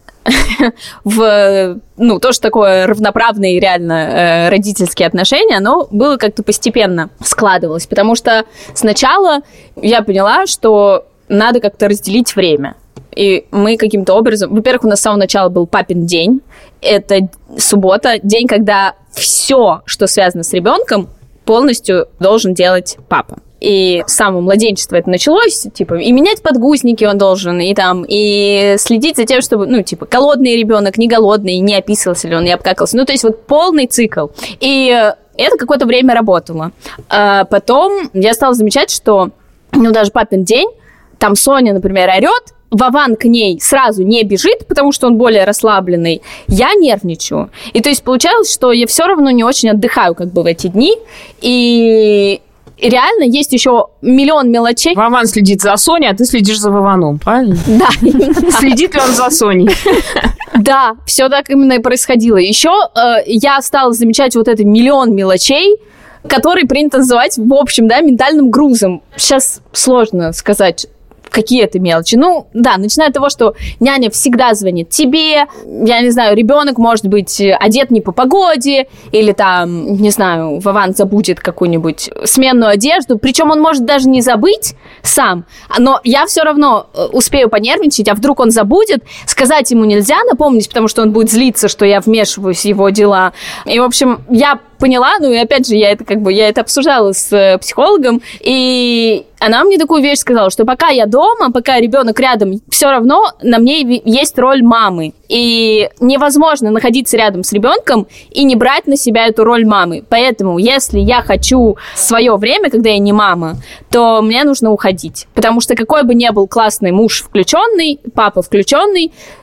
в то, что такое равноправные реально родительские отношения, оно было как-то постепенно складывалось, потому что сначала я поняла, что надо как-то разделить время. И мы каким-то образом... Во-первых, у нас с самого начала был папин день. Это суббота, день, когда все, что связано с ребенком, полностью должен делать папа. И с самого младенчества это началось, и менять подгузники он должен, и следить за тем, чтобы, голодный ребенок, не голодный, не описывался ли он, не обкакался. То есть вот полный цикл. И это какое-то время работало. А потом я стала замечать, что, даже папин день, там Соня, например, орет, Вован к ней сразу не бежит, потому что он более расслабленный, я нервничаю. И то есть получалось, что я все равно не очень отдыхаю как бы в эти дни, и реально есть еще миллион мелочей. Вован следит за Соней, а ты следишь за Вованом, правильно? Да. Следит ли он за Соней? Да, все так именно и происходило. Еще я стала замечать вот это миллион мелочей, которые принято называть, в общем, ментальным грузом. Сейчас сложно сказать, какие это мелочи. Начиная от того, что няня всегда звонит тебе, я не знаю, ребенок может быть одет не по погоде, или там, не знаю, Вован забудет какую-нибудь сменную одежду, причем он может даже не забыть сам, но я все равно успею понервничать, а вдруг он забудет, сказать ему нельзя, напомнить, потому что он будет злиться, что я вмешиваюсь в его дела. И, в общем, я поняла, и опять же, я это обсуждала с психологом, и она мне такую вещь сказала, что пока я дома, пока ребенок рядом, все равно на мне есть роль мамы. И невозможно находиться рядом с ребенком и не брать на себя эту роль мамы. Поэтому, если я хочу свое время, когда я не мама, то мне нужно уходить. Потому что какой бы ни был классный муж включенный, папа включенный,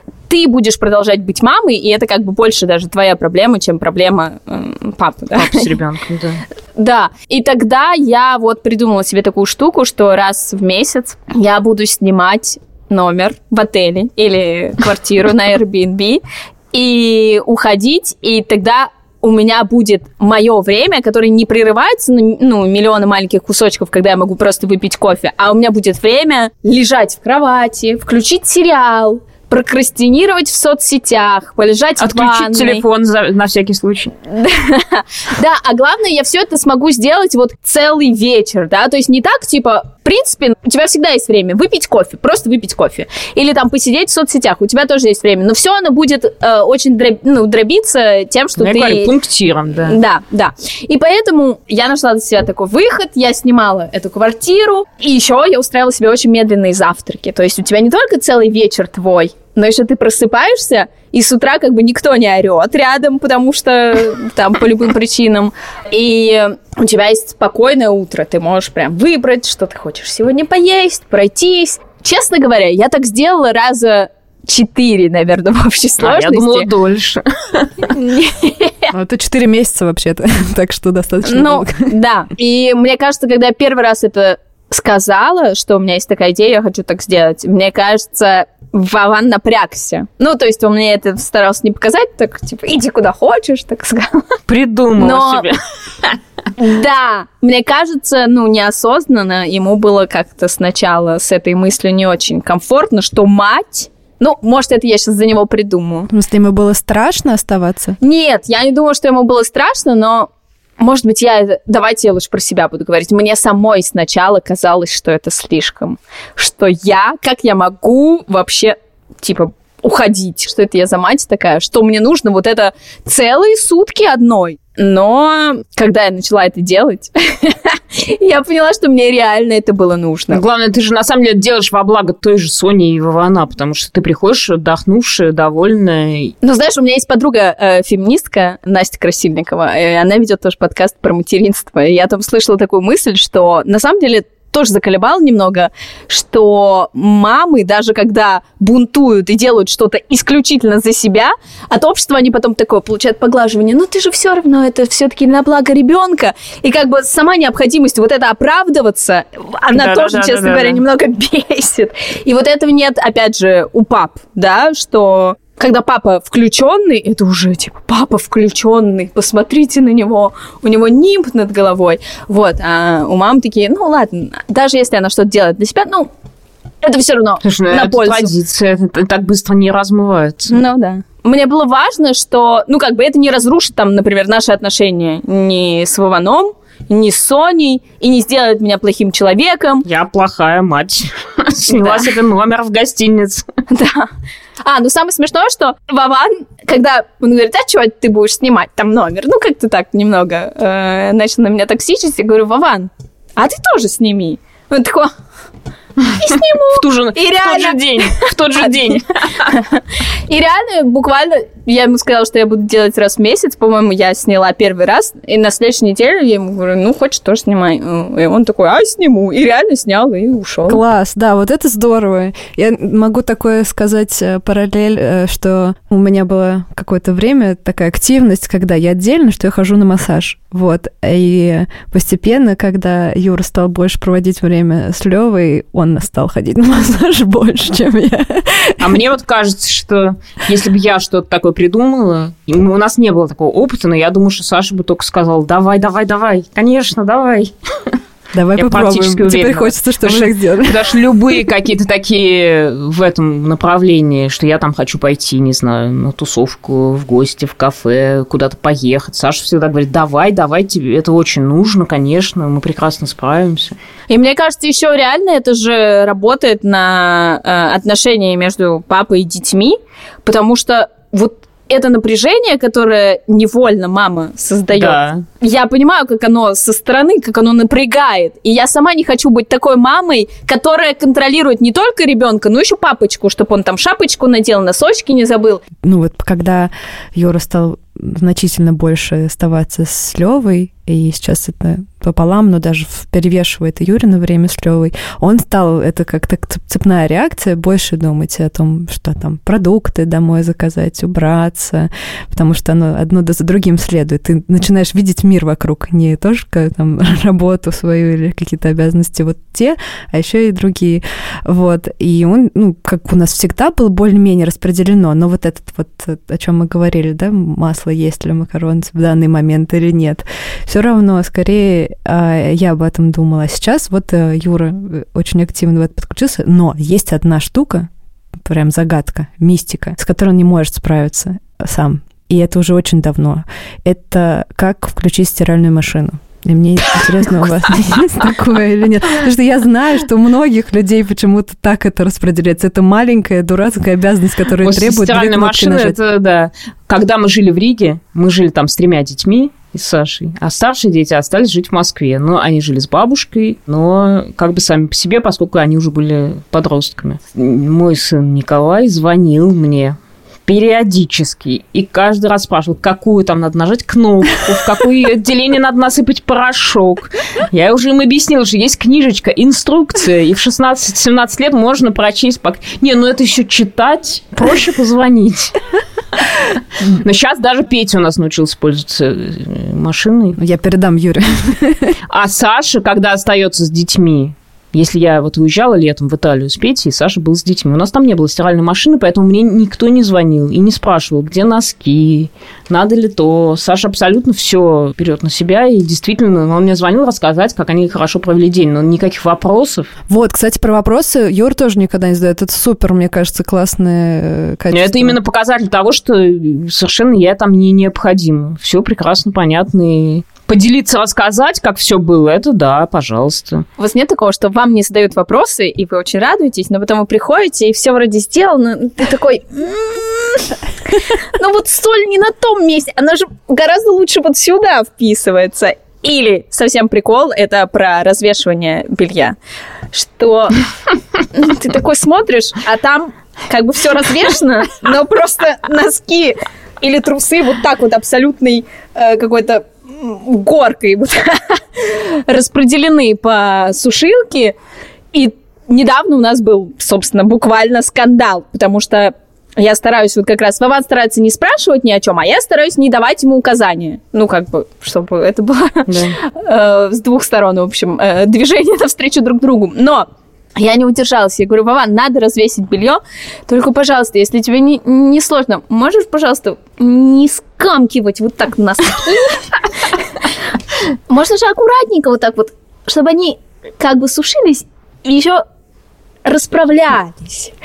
ты будешь продолжать быть мамой, и это как бы больше даже твоя проблема, чем проблема папы. Да? Папа с ребенком, да. Да, и тогда я вот придумала себе такую штуку, что раз в месяц я буду снимать номер в отеле или квартиру на Airbnb и уходить, и тогда у меня будет мое время, которое не прерывается на миллионы маленьких кусочков, когда я могу просто выпить кофе, а у меня будет время лежать в кровати, включить сериал, прокрастинировать в соцсетях, полежать в ванной. Отключить телефон на всякий случай. Да, а главное, я все это смогу сделать вот целый вечер, да, то есть не так, типа, в принципе, у тебя всегда есть время выпить кофе, просто выпить кофе, или там посидеть в соцсетях, у тебя тоже есть время, но все оно будет очень дробиться тем, что ты... Говорю, пунктиром, да. Да. И поэтому я нашла для себя такой выход, я снимала эту квартиру, и еще я устраивала себе очень медленные завтраки, то есть у тебя не только целый вечер твой, но еще ты просыпаешься, и с утра как бы никто не орет рядом, потому что там по любым причинам. И у тебя есть спокойное утро. Ты можешь прям выбрать, что ты хочешь сегодня поесть, пройтись. Честно говоря, я так сделала раза 4, наверное, в общей сложности. Я думала, дольше. Это 4 месяца вообще-то, так что достаточно долго. Да. И мне кажется, когда я первый раз это сказала, что у меня есть такая идея, я хочу так сделать, мне кажется, Вован напрягся. Ну, то есть он мне это старался не показать, так, типа, иди куда хочешь, так сказал. Придумала себе. Да, мне кажется, неосознанно ему было как-то сначала с этой мыслью не очень комфортно, что мать... может, это я сейчас за него придумаю. В смысле, ему было страшно оставаться? Нет, я не думаю, что ему было страшно, но... Может быть, давайте я лучше про себя буду говорить. Мне самой сначала казалось, что это слишком. Что как я могу вообще, типа, уходить? Что это я за мать такая? Что мне нужно вот это целые сутки одной? Но когда я начала это делать, я поняла, что мне реально это было нужно. Главное, ты же на самом деле делаешь во благо той же Сони и Вована, потому что ты приходишь отдохнувшая, довольная. Знаешь, у меня есть подруга феминистка Настя Красильникова, и она ведет тоже подкаст про материнство. И я там слышала такую мысль, что на самом деле тоже заколебал немного, что мамы, даже когда бунтуют и делают что-то исключительно за себя, от общества они потом такое получают поглаживание. Ты же все равно, это все-таки на благо ребенка. И как бы сама необходимость вот это оправдываться, она тоже, честно говоря, немного бесит. И вот этого нет, опять же, у пап, да, что... Когда папа включенный, это уже типа папа включенный, посмотрите на него, у него нимб над головой. Вот, а у мам такие, ладно, даже если она что-то делает для себя, это все равно на пользу. Это традиция, это так быстро не размывается. Да. Мне было важно, что, это не разрушит там, например, наши отношения ни с Вованом, ни с Соней, и не сделает меня плохим человеком. Я плохая мать. Сняла себе номер в гостинице. Да. Самое смешное, что Вован, когда он говорит, что ты будешь снимать там номер, как-то так немного начал на меня токсичить, я говорю, Вован, а ты тоже сними. Он такой... И сниму. В тот же день. И реально, буквально, я ему сказала, что я буду делать раз в месяц. По-моему, я сняла первый раз. И на следующей неделе я ему говорю, хочешь, тоже снимай. И он такой, сниму. И реально снял и ушел. Класс, да, вот это здорово. Я могу такое сказать параллель, что у меня было какое-то время такая активность, когда я отдельно, что я хожу на массаж. Вот. И постепенно, когда Юра стал больше проводить время с Лёвой, он стал ходить на массаж больше, чем я. А мне вот кажется, что если бы я что-то такое придумала, у нас не было такого опыта, но я думаю, что Саша бы только сказал, давай, конечно, давай. Давай попробуем. Теперь хочется, чтобы мы так сделали. Даже любые какие-то такие в этом направлении, что я там хочу пойти, не знаю, на тусовку, в гости, в кафе, куда-то поехать. Саша всегда говорит, давай, тебе это очень нужно, конечно, мы прекрасно справимся. И мне кажется, еще реально это же работает на отношения между папой и детьми, потому что вот это напряжение, которое невольно мама создает, да. Я понимаю, как оно со стороны, как оно напрягает. И я сама не хочу быть такой мамой, которая контролирует не только ребенка, но еще папочку, чтобы он там шапочку надел, носочки не забыл. Вот когда Юра стал значительно больше оставаться с Левой, и сейчас это пополам, но даже перевешивает и Юрина время с Левой, он стал, это как-то цепная реакция, больше думать о том, что там продукты домой заказать, убраться, потому что оно одно за другим следует. Ты начинаешь видеть мир вокруг, не только там работу свою или какие-то обязанности вот те, а еще и другие. Вот. И он, как у нас всегда, был более-менее распределено, но вот этот вот, о чем мы говорили, да, масло есть ли макарон в данный момент или нет, все равно, скорее, я об этом думала. Сейчас вот Юра очень активно в это подключился, но есть одна штука, прям загадка, мистика, с которой он не может справиться сам. И это уже очень давно. Это как включить стиральную машину. И мне интересно, у вас есть такое или нет? Потому что я знаю, что у многих людей почему-то так это распределяется. Это маленькая дурацкая обязанность, которая требует две кнопки нажать. Это, да. Когда мы жили в Риге, мы жили там с 3 детьми и с Сашей, а старшие дети остались жить в Москве. Но они жили с бабушкой, но как бы сами по себе, поскольку они уже были подростками. Мой сын Николай звонил мне периодически. И каждый раз спрашивал, какую там надо нажать кнопку, в какое отделение надо насыпать порошок. Я уже им объяснила, что есть книжечка, инструкция, и в 16-17 лет можно прочесть. Не, это еще читать, проще позвонить. Но сейчас даже Петя у нас научился пользоваться машиной. Я передам Юре. А Саша, когда остается с детьми, если я вот уезжала летом в Италию с Петей, Саша был с детьми. У нас там не было стиральной машины, поэтому мне никто не звонил и не спрашивал, где носки, надо ли то. Саша абсолютно все берет на себя, и действительно, он мне звонил рассказать, как они хорошо провели день, но никаких вопросов. Вот, кстати, про вопросы Юр тоже никогда не задает. Это супер, мне кажется, классное качество. Это именно показатель того, что совершенно я там не необходима. Все прекрасно понятно, и поделиться, рассказать, как все было, это да, пожалуйста. У вас нет такого, что вам не задают вопросы, и вы очень радуетесь, но потом вы приходите, и все вроде сделано, ты такой, вот соль не на том месте, она же гораздо лучше вот сюда вписывается. Или совсем прикол, это про развешивание белья, что ты такой смотришь, а там как бы все развешено, но просто носки или трусы вот так вот абсолютной какой-то горкой вот, распределены по сушилке. И недавно у нас был, собственно, буквально скандал, потому что я стараюсь вот как раз... Вован старается не спрашивать ни о чем, а я стараюсь не давать ему указания. Чтобы это было с двух сторон, в общем, движение навстречу друг другу. Но я не удержалась. Я говорю, Вован, надо развесить белье. Только, пожалуйста, если тебе не сложно, можешь, пожалуйста, не скамкивать вот так носки? Можно же аккуратненько вот так вот, чтобы они как бы сушились и еще расправлялись.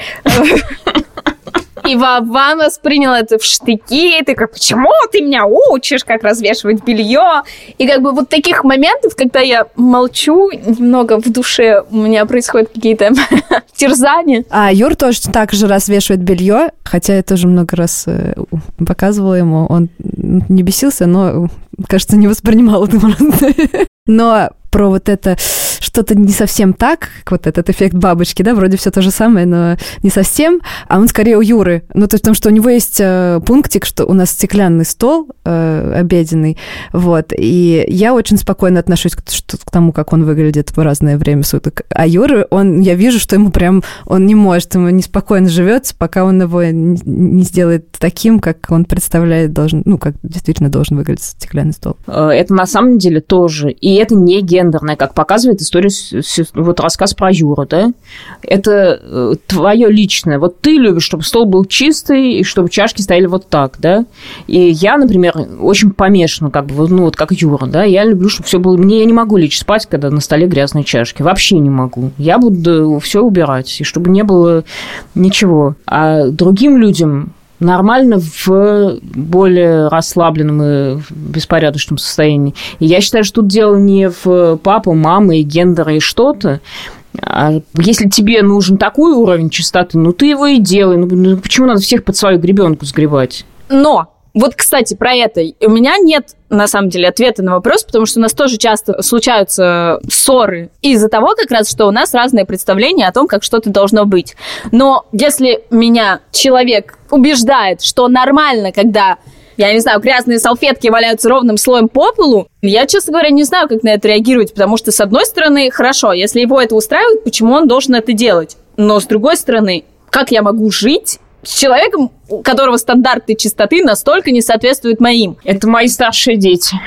И Вован воспринял это в штыки. Ты как, почему ты меня учишь, как развешивать белье? И как бы вот таких моментов, когда я молчу, немного в душе у меня происходят какие-то терзания. А Юр тоже так же развешивает белье, хотя я тоже много раз показывала ему. Он не бесился, но, кажется, не воспринимал это. Но про вот это что-то не совсем так, как вот этот эффект бабочки, да, вроде все то же самое, но не совсем, а он скорее у Юры. То есть потому что у него есть пунктик, что у нас стеклянный стол обеденный, вот, и я очень спокойно отношусь к тому, как он выглядит в разное время суток. А Юра, я вижу, что ему прям, он не может, ему неспокойно живется, пока он его не сделает таким, как он представляет, как действительно должен выглядеть стеклянный стол. Это на самом деле тоже, и это не гендерное, как показывает история, вот рассказ про Юру, да, это твое личное. Вот ты любишь, чтобы стол был чистый, и чтобы чашки стояли вот так, да, и я, например, очень помешана, как Юра, да, я люблю, чтобы все было, я не могу лечь спать, когда на столе грязные чашки, вообще не могу, я буду все убирать, и чтобы не было ничего, а другим людям нормально в более расслабленном и беспорядочном состоянии. И я считаю, что тут дело не в папу, мамы, и гендера, и что-то. А если тебе нужен такой уровень чистоты, ты его и делай. Почему надо всех под свою гребенку сгребать? Но вот, кстати, про это. У меня нет, на самом деле, ответа на вопрос, потому что у нас тоже часто случаются ссоры из-за того, как раз, что у нас разные представления о том, как что-то должно быть. Но если меня человек убеждает, что нормально, когда я не знаю, грязные салфетки валяются ровным слоем по полу, я, честно говоря, не знаю, как на это реагировать, потому что, с одной стороны, хорошо, если его это устраивает, почему он должен это делать? Но, с другой стороны, как я могу жить с человеком, у которого стандарты чистоты настолько не соответствуют моим? Это мои старшие дети.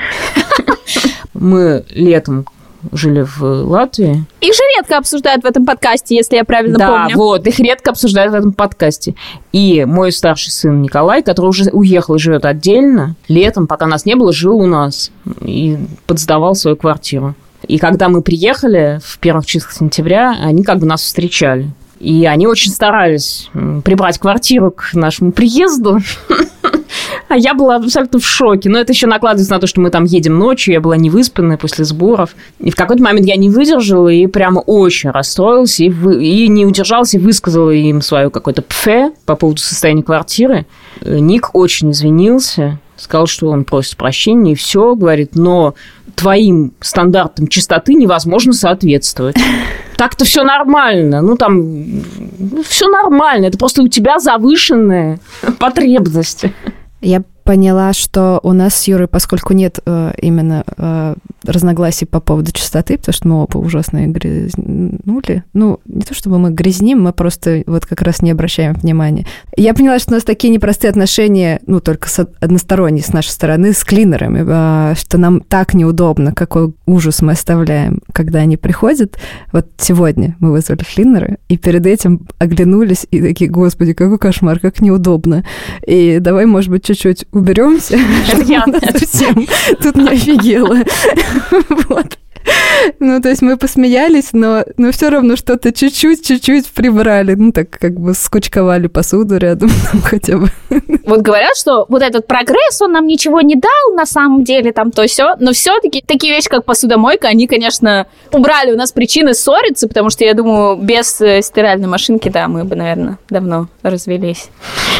Мы летом жили в Латвии. Их же редко обсуждают в этом подкасте, если я правильно помню. Да, вот, их редко обсуждают в этом подкасте. И мой старший сын Николай, который уже уехал и живет отдельно, летом, пока нас не было, жил у нас и подсдавал свою квартиру. И когда мы приехали в первых числах сентября, они как бы нас встречали. И они очень старались прибрать квартиру к нашему приезду. А я была абсолютно в шоке. Но это еще накладывается на то, что мы там едем ночью. Я была невыспанная после сборов. И в какой-то момент я не выдержала и прямо очень расстроилась. И не удержалась, и высказала им свое какое-то пфе по поводу состояния квартиры. Ник очень извинился. Сказал, что он просит прощения. И все, говорит, но твоим стандартам чистоты невозможно соответствовать. Так-то все нормально. Ну, там, все нормально. Это просто у тебя завышенные потребности. Я поняла, что у нас с Юрой, поскольку нет именно разногласий по поводу чистоты, потому что мы оба ужасно грязнули. Ну, не то чтобы мы грязним, мы просто вот как раз не обращаем внимания. Я поняла, что у нас такие непростые отношения, ну, только односторонние с нашей стороны, с клинерами, что нам так неудобно, какой ужас мы оставляем, когда они приходят. Вот сегодня мы вызвали клинера, и перед этим оглянулись и такие, господи, какой кошмар, как неудобно. И давай, может быть, чуть-чуть уберемся, чтобы я совсем тут не офигела. Вот. Ну, то есть мы посмеялись, но все равно что-то чуть-чуть прибрали. Ну, так как бы скучковали посуду рядом хотя бы. Вот говорят, что вот этот прогресс, он нам ничего не дал на самом деле, там то все, но все-таки такие вещи, как посудомойка, они, конечно, убрали у нас причины ссориться, потому что, я думаю, без стиральной машинки, да, мы бы, наверное, давно развелись.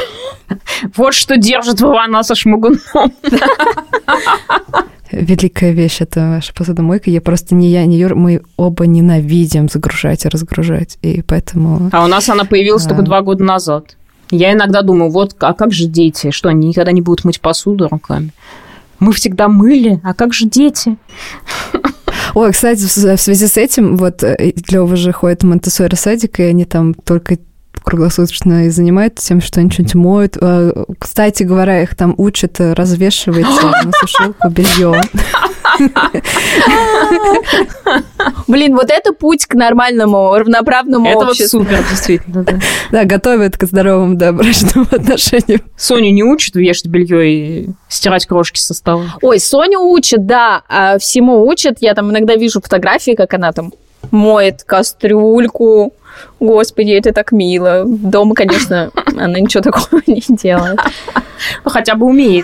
Вот что держит Вованаса шмугуном. Великая вещь — это ваша посудомойка. Я просто ни я, ни Юр, мы оба ненавидим загружать и разгружать, и поэтому... А у нас она появилась только 2 года назад. Я иногда думаю, вот, а как же дети? Что, они никогда не будут мыть посуду руками? Мы всегда мыли, а как же дети? Ой, кстати, в связи с этим, вот Лёва же ходит в Монтессори садик, и они там только круглосуточно и занимаются тем, что они что-нибудь моют. Кстати говоря, их там учат развешивать на сушилку белье. Блин, вот это путь к нормальному, равноправному обществу. Это вот супер, действительно. Да, готовят к здоровым, да, брачным отношениям. Соню не учат вешать белье и стирать крошки со стола? Ой, Соню учат, да, а всему учат. Я там иногда вижу фотографии, как она там моет кастрюльку. Господи, это так мило. Дома, конечно, она ничего такого не делает. Хотя бы умеет.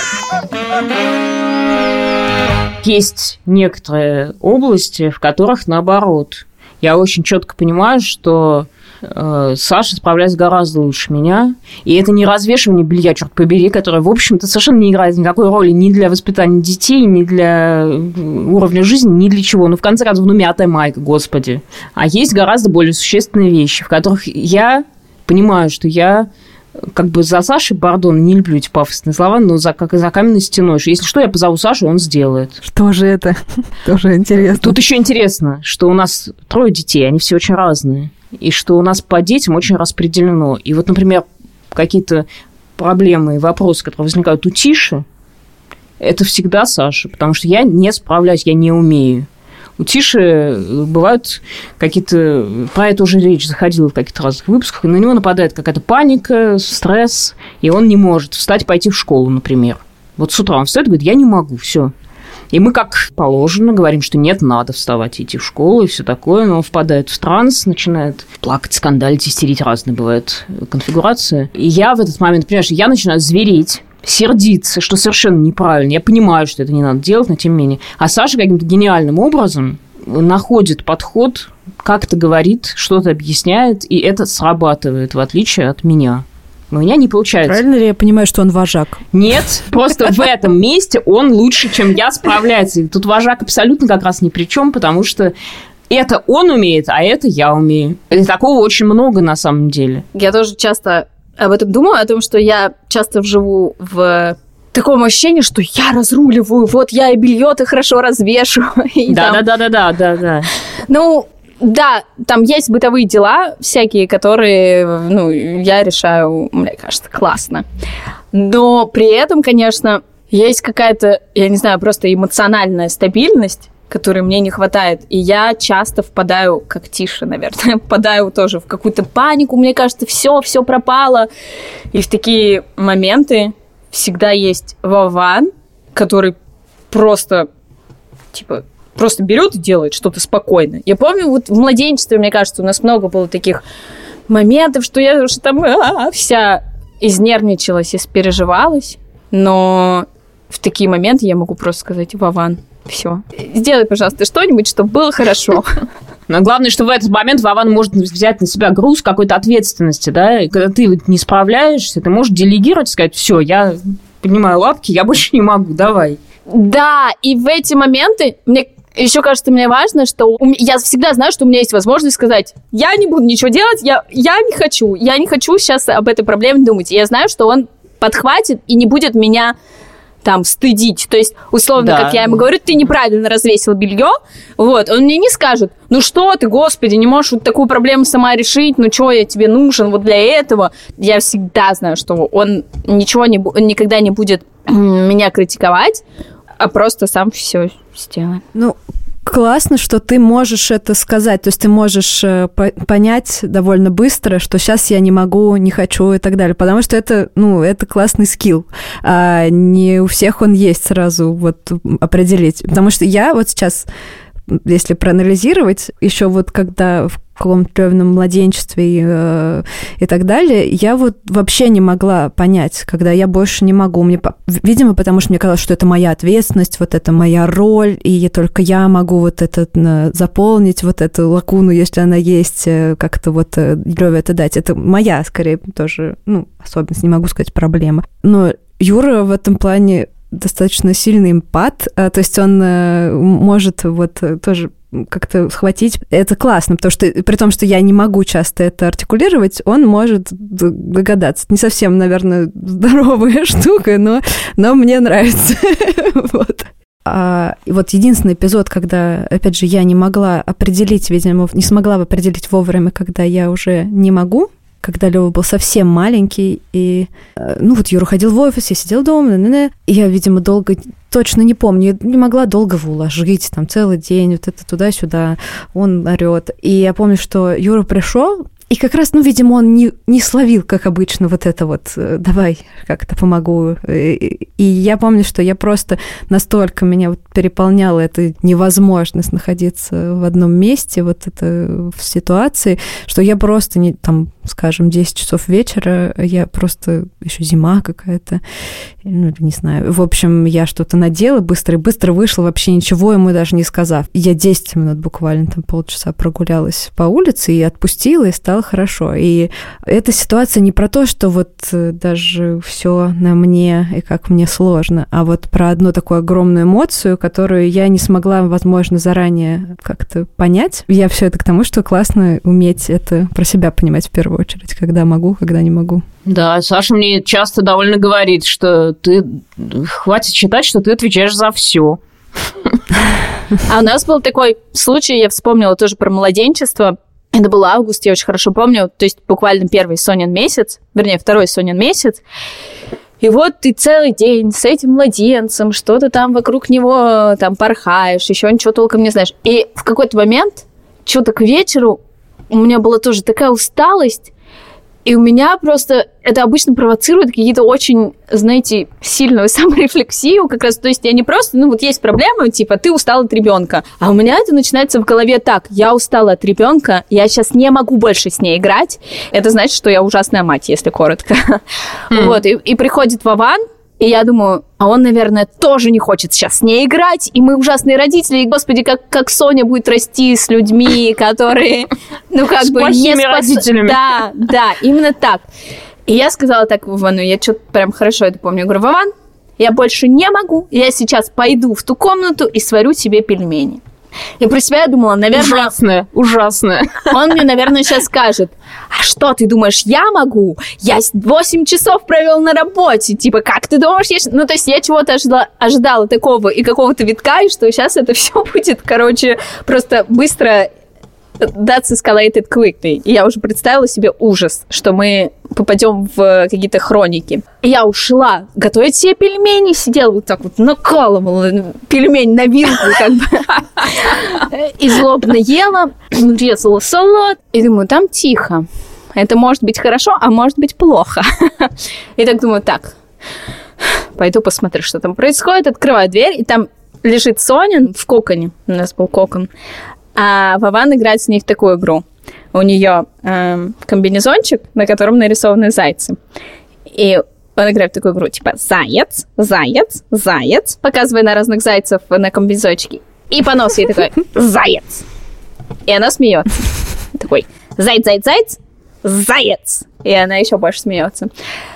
Есть некоторые области, в которых наоборот. Я очень четко понимаю, что Саша справляется гораздо лучше меня. И это не развешивание белья, черт побери, которое, в общем-то, совершенно не играет никакой роли ни для воспитания детей, ни для уровня жизни, ни для чего. Ну, в конце концов, мятая майка, господи. А есть гораздо более существенные вещи, в которых я понимаю, что я как бы за Сашей, пардон, не люблю эти пафосные слова, но как и за каменной стеной. Если что, я позову Сашу, он сделает. Что же это? Тоже интересно. Тут еще интересно, что у нас 3 детей, они все очень разные. И что у нас по детям очень распределено. И вот, например, какие-то проблемы и вопросы, которые возникают у Тиши, это всегда Саша, потому что я не справляюсь, я не умею. У Тиши бывают какие-то... Про это уже речь заходила в каких-то разных выпусках, и на него нападает какая-то паника, стресс, и он не может встать, пойти в школу, например. Вот с утра он встает и говорит, я не могу, все. И мы, как положено, говорим, что нет, надо вставать, идти в школу и все такое, но он впадает в транс, начинает плакать, скандалить, истерить, разные бывают конфигурации. И я в этот момент, понимаешь, я начинаю звереть, сердиться, что совершенно неправильно. Я понимаю, что это не надо делать, но тем не менее. А Саша каким-то гениальным образом находит подход, как-то говорит, что-то объясняет, и это срабатывает, в отличие от меня. У меня не получается. Правильно ли я понимаю, что он вожак? Нет, просто в этом месте он лучше, чем я, справляется. И тут вожак абсолютно как раз ни при чем, потому что это он умеет, а это я умею. И такого очень много на самом деле. Я тоже часто об этом думаю, о том, что я часто живу в такое ощущение, что я разруливаю, вот я и белье-то хорошо развешу. Да. Ну, да, там есть бытовые дела всякие, которые, я решаю, мне кажется, классно. Но при этом, конечно, есть какая-то, я не знаю, просто эмоциональная стабильность, которой мне не хватает. И я часто впадаю, как Тиша, наверное, впадаю тоже в какую-то панику. Мне кажется, все пропало. И в такие моменты всегда есть Вован, который просто берет и делает что-то спокойно. Я помню, вот в младенчестве, мне кажется, у нас много было таких моментов, что я уже там вся изнервничалась, испереживалась. Но в такие моменты я могу просто сказать: Вован, все, сделай, пожалуйста, что-нибудь, чтобы было хорошо. Но главное, что в этот момент Вован может взять на себя груз какой-то ответственности, да, и когда ты не справляешься, ты можешь делегировать, сказать: все, я поднимаю лапки, я больше не могу, давай. Да, и в эти моменты мне еще кажется, мне важно, что я всегда знаю, что у меня есть возможность сказать: я не буду ничего делать, я не хочу сейчас об этой проблеме думать. И я знаю, что он подхватит и не будет меня там стыдить. То есть, условно, да, как я ему говорю: ты неправильно развесил белье, вот, он мне не скажет: ну что ты, господи, не можешь вот такую проблему сама решить, ну что, я тебе нужен вот для этого. Я всегда знаю, что он никогда не будет меня критиковать, а просто сам все сделает. Ну, классно, что ты можешь это сказать, то есть ты можешь понять довольно быстро, что сейчас я не могу, не хочу и так далее, потому что это классный скилл, а не у всех он есть сразу вот определить, потому что я вот сейчас, если проанализировать, еще вот когда в каком-то клёвом младенчестве и так далее, я вот вообще не могла понять, когда я больше не могу. Видимо, потому что мне казалось, что это моя ответственность, вот это моя роль, и только я могу вот это заполнить, вот эту лакуну, если она есть, как-то вот Лёве это дать. Это моя, скорее, тоже, особенность, не могу сказать, проблема. Но Юра в этом плане достаточно сильный эмпат, то есть он может вот тоже как-то схватить. Это классно, потому что при том, что я не могу часто это артикулировать, он может догадаться. Не совсем, наверное, здоровая штука, но мне нравится. Вот. И вот единственный эпизод, когда, опять же, я не могла определить, видимо, не смогла бы определить вовремя, когда я уже не могу, когда Лёва был совсем маленький, и, вот Юра ходил в офис, я сидела дома, и я, видимо, долго, точно не помню, я не могла долго его уложить, там, целый день, вот это туда-сюда, он орёт. И я помню, что Юра пришел, и как раз, видимо, он не словил, как обычно, вот это вот «давай, как-то помогу». И я помню, что я просто настолько меня вот переполняла эта невозможность находиться в одном месте, вот это в ситуации, что я просто, скажем, 10 часов вечера, я просто, еще зима какая-то, не знаю, в общем, я что-то надела быстро вышла, вообще ничего ему даже не сказав. Я 10 минут буквально, полчаса прогулялась по улице и отпустила, и стало хорошо. И эта ситуация не про то, что вот даже все на мне и как мне сложно, а вот про одну такую огромную эмоцию, которую я не смогла, возможно, заранее как-то понять. Я все это к тому, что классно уметь это про себя понимать в первую очередь, когда могу, когда не могу. Да, Саша мне часто довольно говорит, что ты хватит считать, что ты отвечаешь за все. А у нас был такой случай, я вспомнила тоже про младенчество. Это был август, я очень хорошо помню, то есть буквально первый Сонин месяц, второй Сонин месяц. И вот ты целый день с этим младенцем, что-то там вокруг него там порхаешь, еще ничего толком не знаешь. И в какой-то момент, что-то к вечеру, у меня была тоже такая усталость, и у меня просто это обычно провоцирует какие-то очень, знаете, сильную саморефлексию как раз. То есть я не просто, есть проблема, типа, ты устал от ребенка. А у меня это начинается в голове так: я устала от ребенка, я сейчас не могу больше с ней играть. Это значит, что я ужасная мать, если коротко. Вот, и приходит Вован, и я думаю, а он, наверное, тоже не хочет сейчас с ней играть, и мы ужасные родители, и, господи, как Соня будет расти с людьми, которые, с плохими родителями. Да, именно так. И я сказала так Вовану, я что-то прям хорошо это помню, я говорю: Вован, я больше не могу, я сейчас пойду в ту комнату и сварю себе пельмени. И про себя я думала, наверное... Ужасное. Он мне, наверное, сейчас скажет: а что, ты думаешь, я могу? Я 8 часов провел на работе. Типа, как ты думаешь? Ну, то есть я чего-то ожидала такого и какого-то витка, и что сейчас это все будет, короче, просто быстро... That's escalated quickly. И я уже представила себе ужас, что мы попадем в какие-то хроники. И я ушла готовить себе пельмени, сидела вот так вот, накалывала пельмень на вилку, как бы, и злобно ела, резала салат. И думаю, там тихо. Это может быть хорошо, а может быть плохо. И так думаю, так, пойду посмотрю, что там происходит. Открываю дверь, и там лежит Соня в коконе. У нас был кокон. А Вован играет с ней в такую игру. У нее комбинезончик, на котором нарисованы зайцы. И он играет в такую игру, типа заяц, заяц, заяц, показывая на разных зайцев на комбинезончике. И по носу ей такой заяц. И она смеется. Такой заяц, заяц, заяц, заяц. И она еще больше смеется.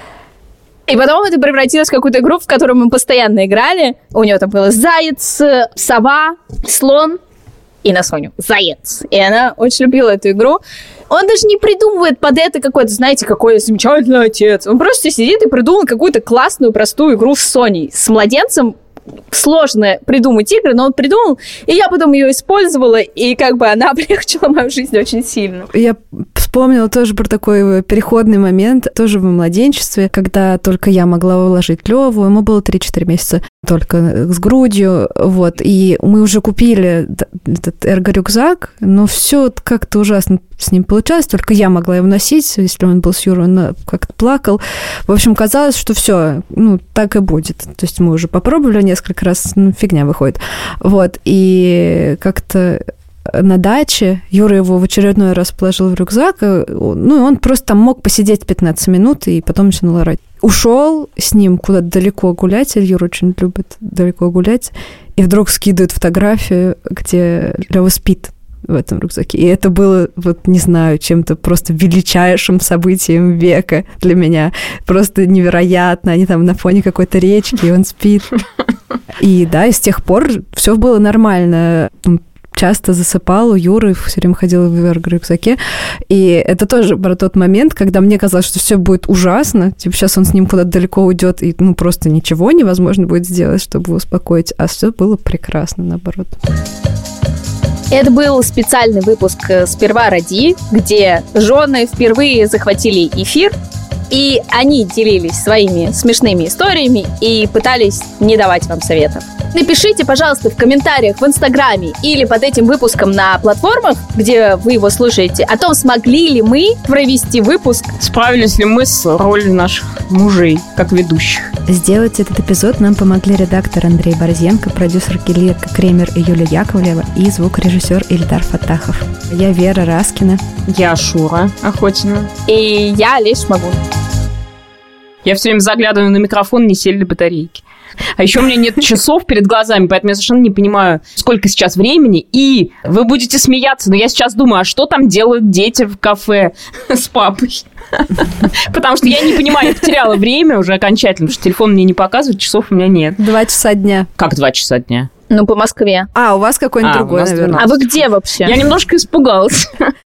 И потом это превратилось в какую-то игру, в которую мы постоянно играли. У нее там был заяц, сова, слон. И на Соню заяц. И она очень любила эту игру. Он даже не придумывает под это какой-то, знаете, какой замечательный отец. Он просто сидит и придумал какую-то классную, простую игру с Соней. С младенцем сложно придумать игры, но он придумал, и я потом ее использовала, и как бы она облегчила мою жизнь очень сильно. Я вспомнила тоже про такой переходный момент, тоже в младенчестве, когда только я могла уложить Леву, ему было 3-4 месяца, только с грудью, вот, и мы уже купили этот эрго-рюкзак, но все как-то ужасно с ним получалось, только я могла его носить, если он был с Юрой, он как-то плакал. В общем, казалось, что все, так и будет. То есть мы уже попробовали несколько раз, фигня выходит. Вот, и как-то на даче Юра его в очередной раз положил в рюкзак, он просто там мог посидеть 15 минут и потом начал орать. Ушел с ним куда-то далеко гулять, Юра очень любит далеко гулять, и вдруг скидывает фотографию, где Лёва спит в этом рюкзаке. И это было, не знаю, чем-то просто величайшим событием века для меня. Просто невероятно. Они там на фоне какой-то речки, и он спит. И да, и с тех пор все было нормально. Он часто засыпал у Юры, все время ходил в рюкзаке. И это тоже про тот момент, когда мне казалось, что все будет ужасно. Типа сейчас он с ним куда-то далеко уйдет, и просто ничего невозможно будет сделать, чтобы его успокоить. А все было прекрасно, наоборот. Это был специальный выпуск «Сперва роди», где жены впервые захватили эфир, и они делились своими смешными историями и пытались не давать вам советов. Напишите, пожалуйста, в комментариях в Инстаграме или под этим выпуском на платформах, где вы его слушаете, о том, смогли ли мы провести выпуск. Справились ли мы с ролью наших мужей, как ведущих. Сделать этот эпизод нам помогли редактор Андрей Борзенко, продюсер Гелетка Кремер и Юлия Яковлева и звукорежиссер Ильдар Фаттахов. Я Вера Раскина. Я Шура Охотина. И я Олеся Шмагун. Я все время заглядываю на микрофон, не сели ли батарейки. А еще у меня нет часов перед глазами, поэтому я совершенно не понимаю, сколько сейчас времени. И вы будете смеяться, но я сейчас думаю, а что там делают дети в кафе с папой? Потому что я не понимаю, я потеряла время уже окончательно, потому что телефон мне не показывает, часов у меня нет. 2 часа дня. Как 2 часа дня? По Москве. У вас какой-нибудь другой, наверное. А вы где вообще? Я немножко испугалась.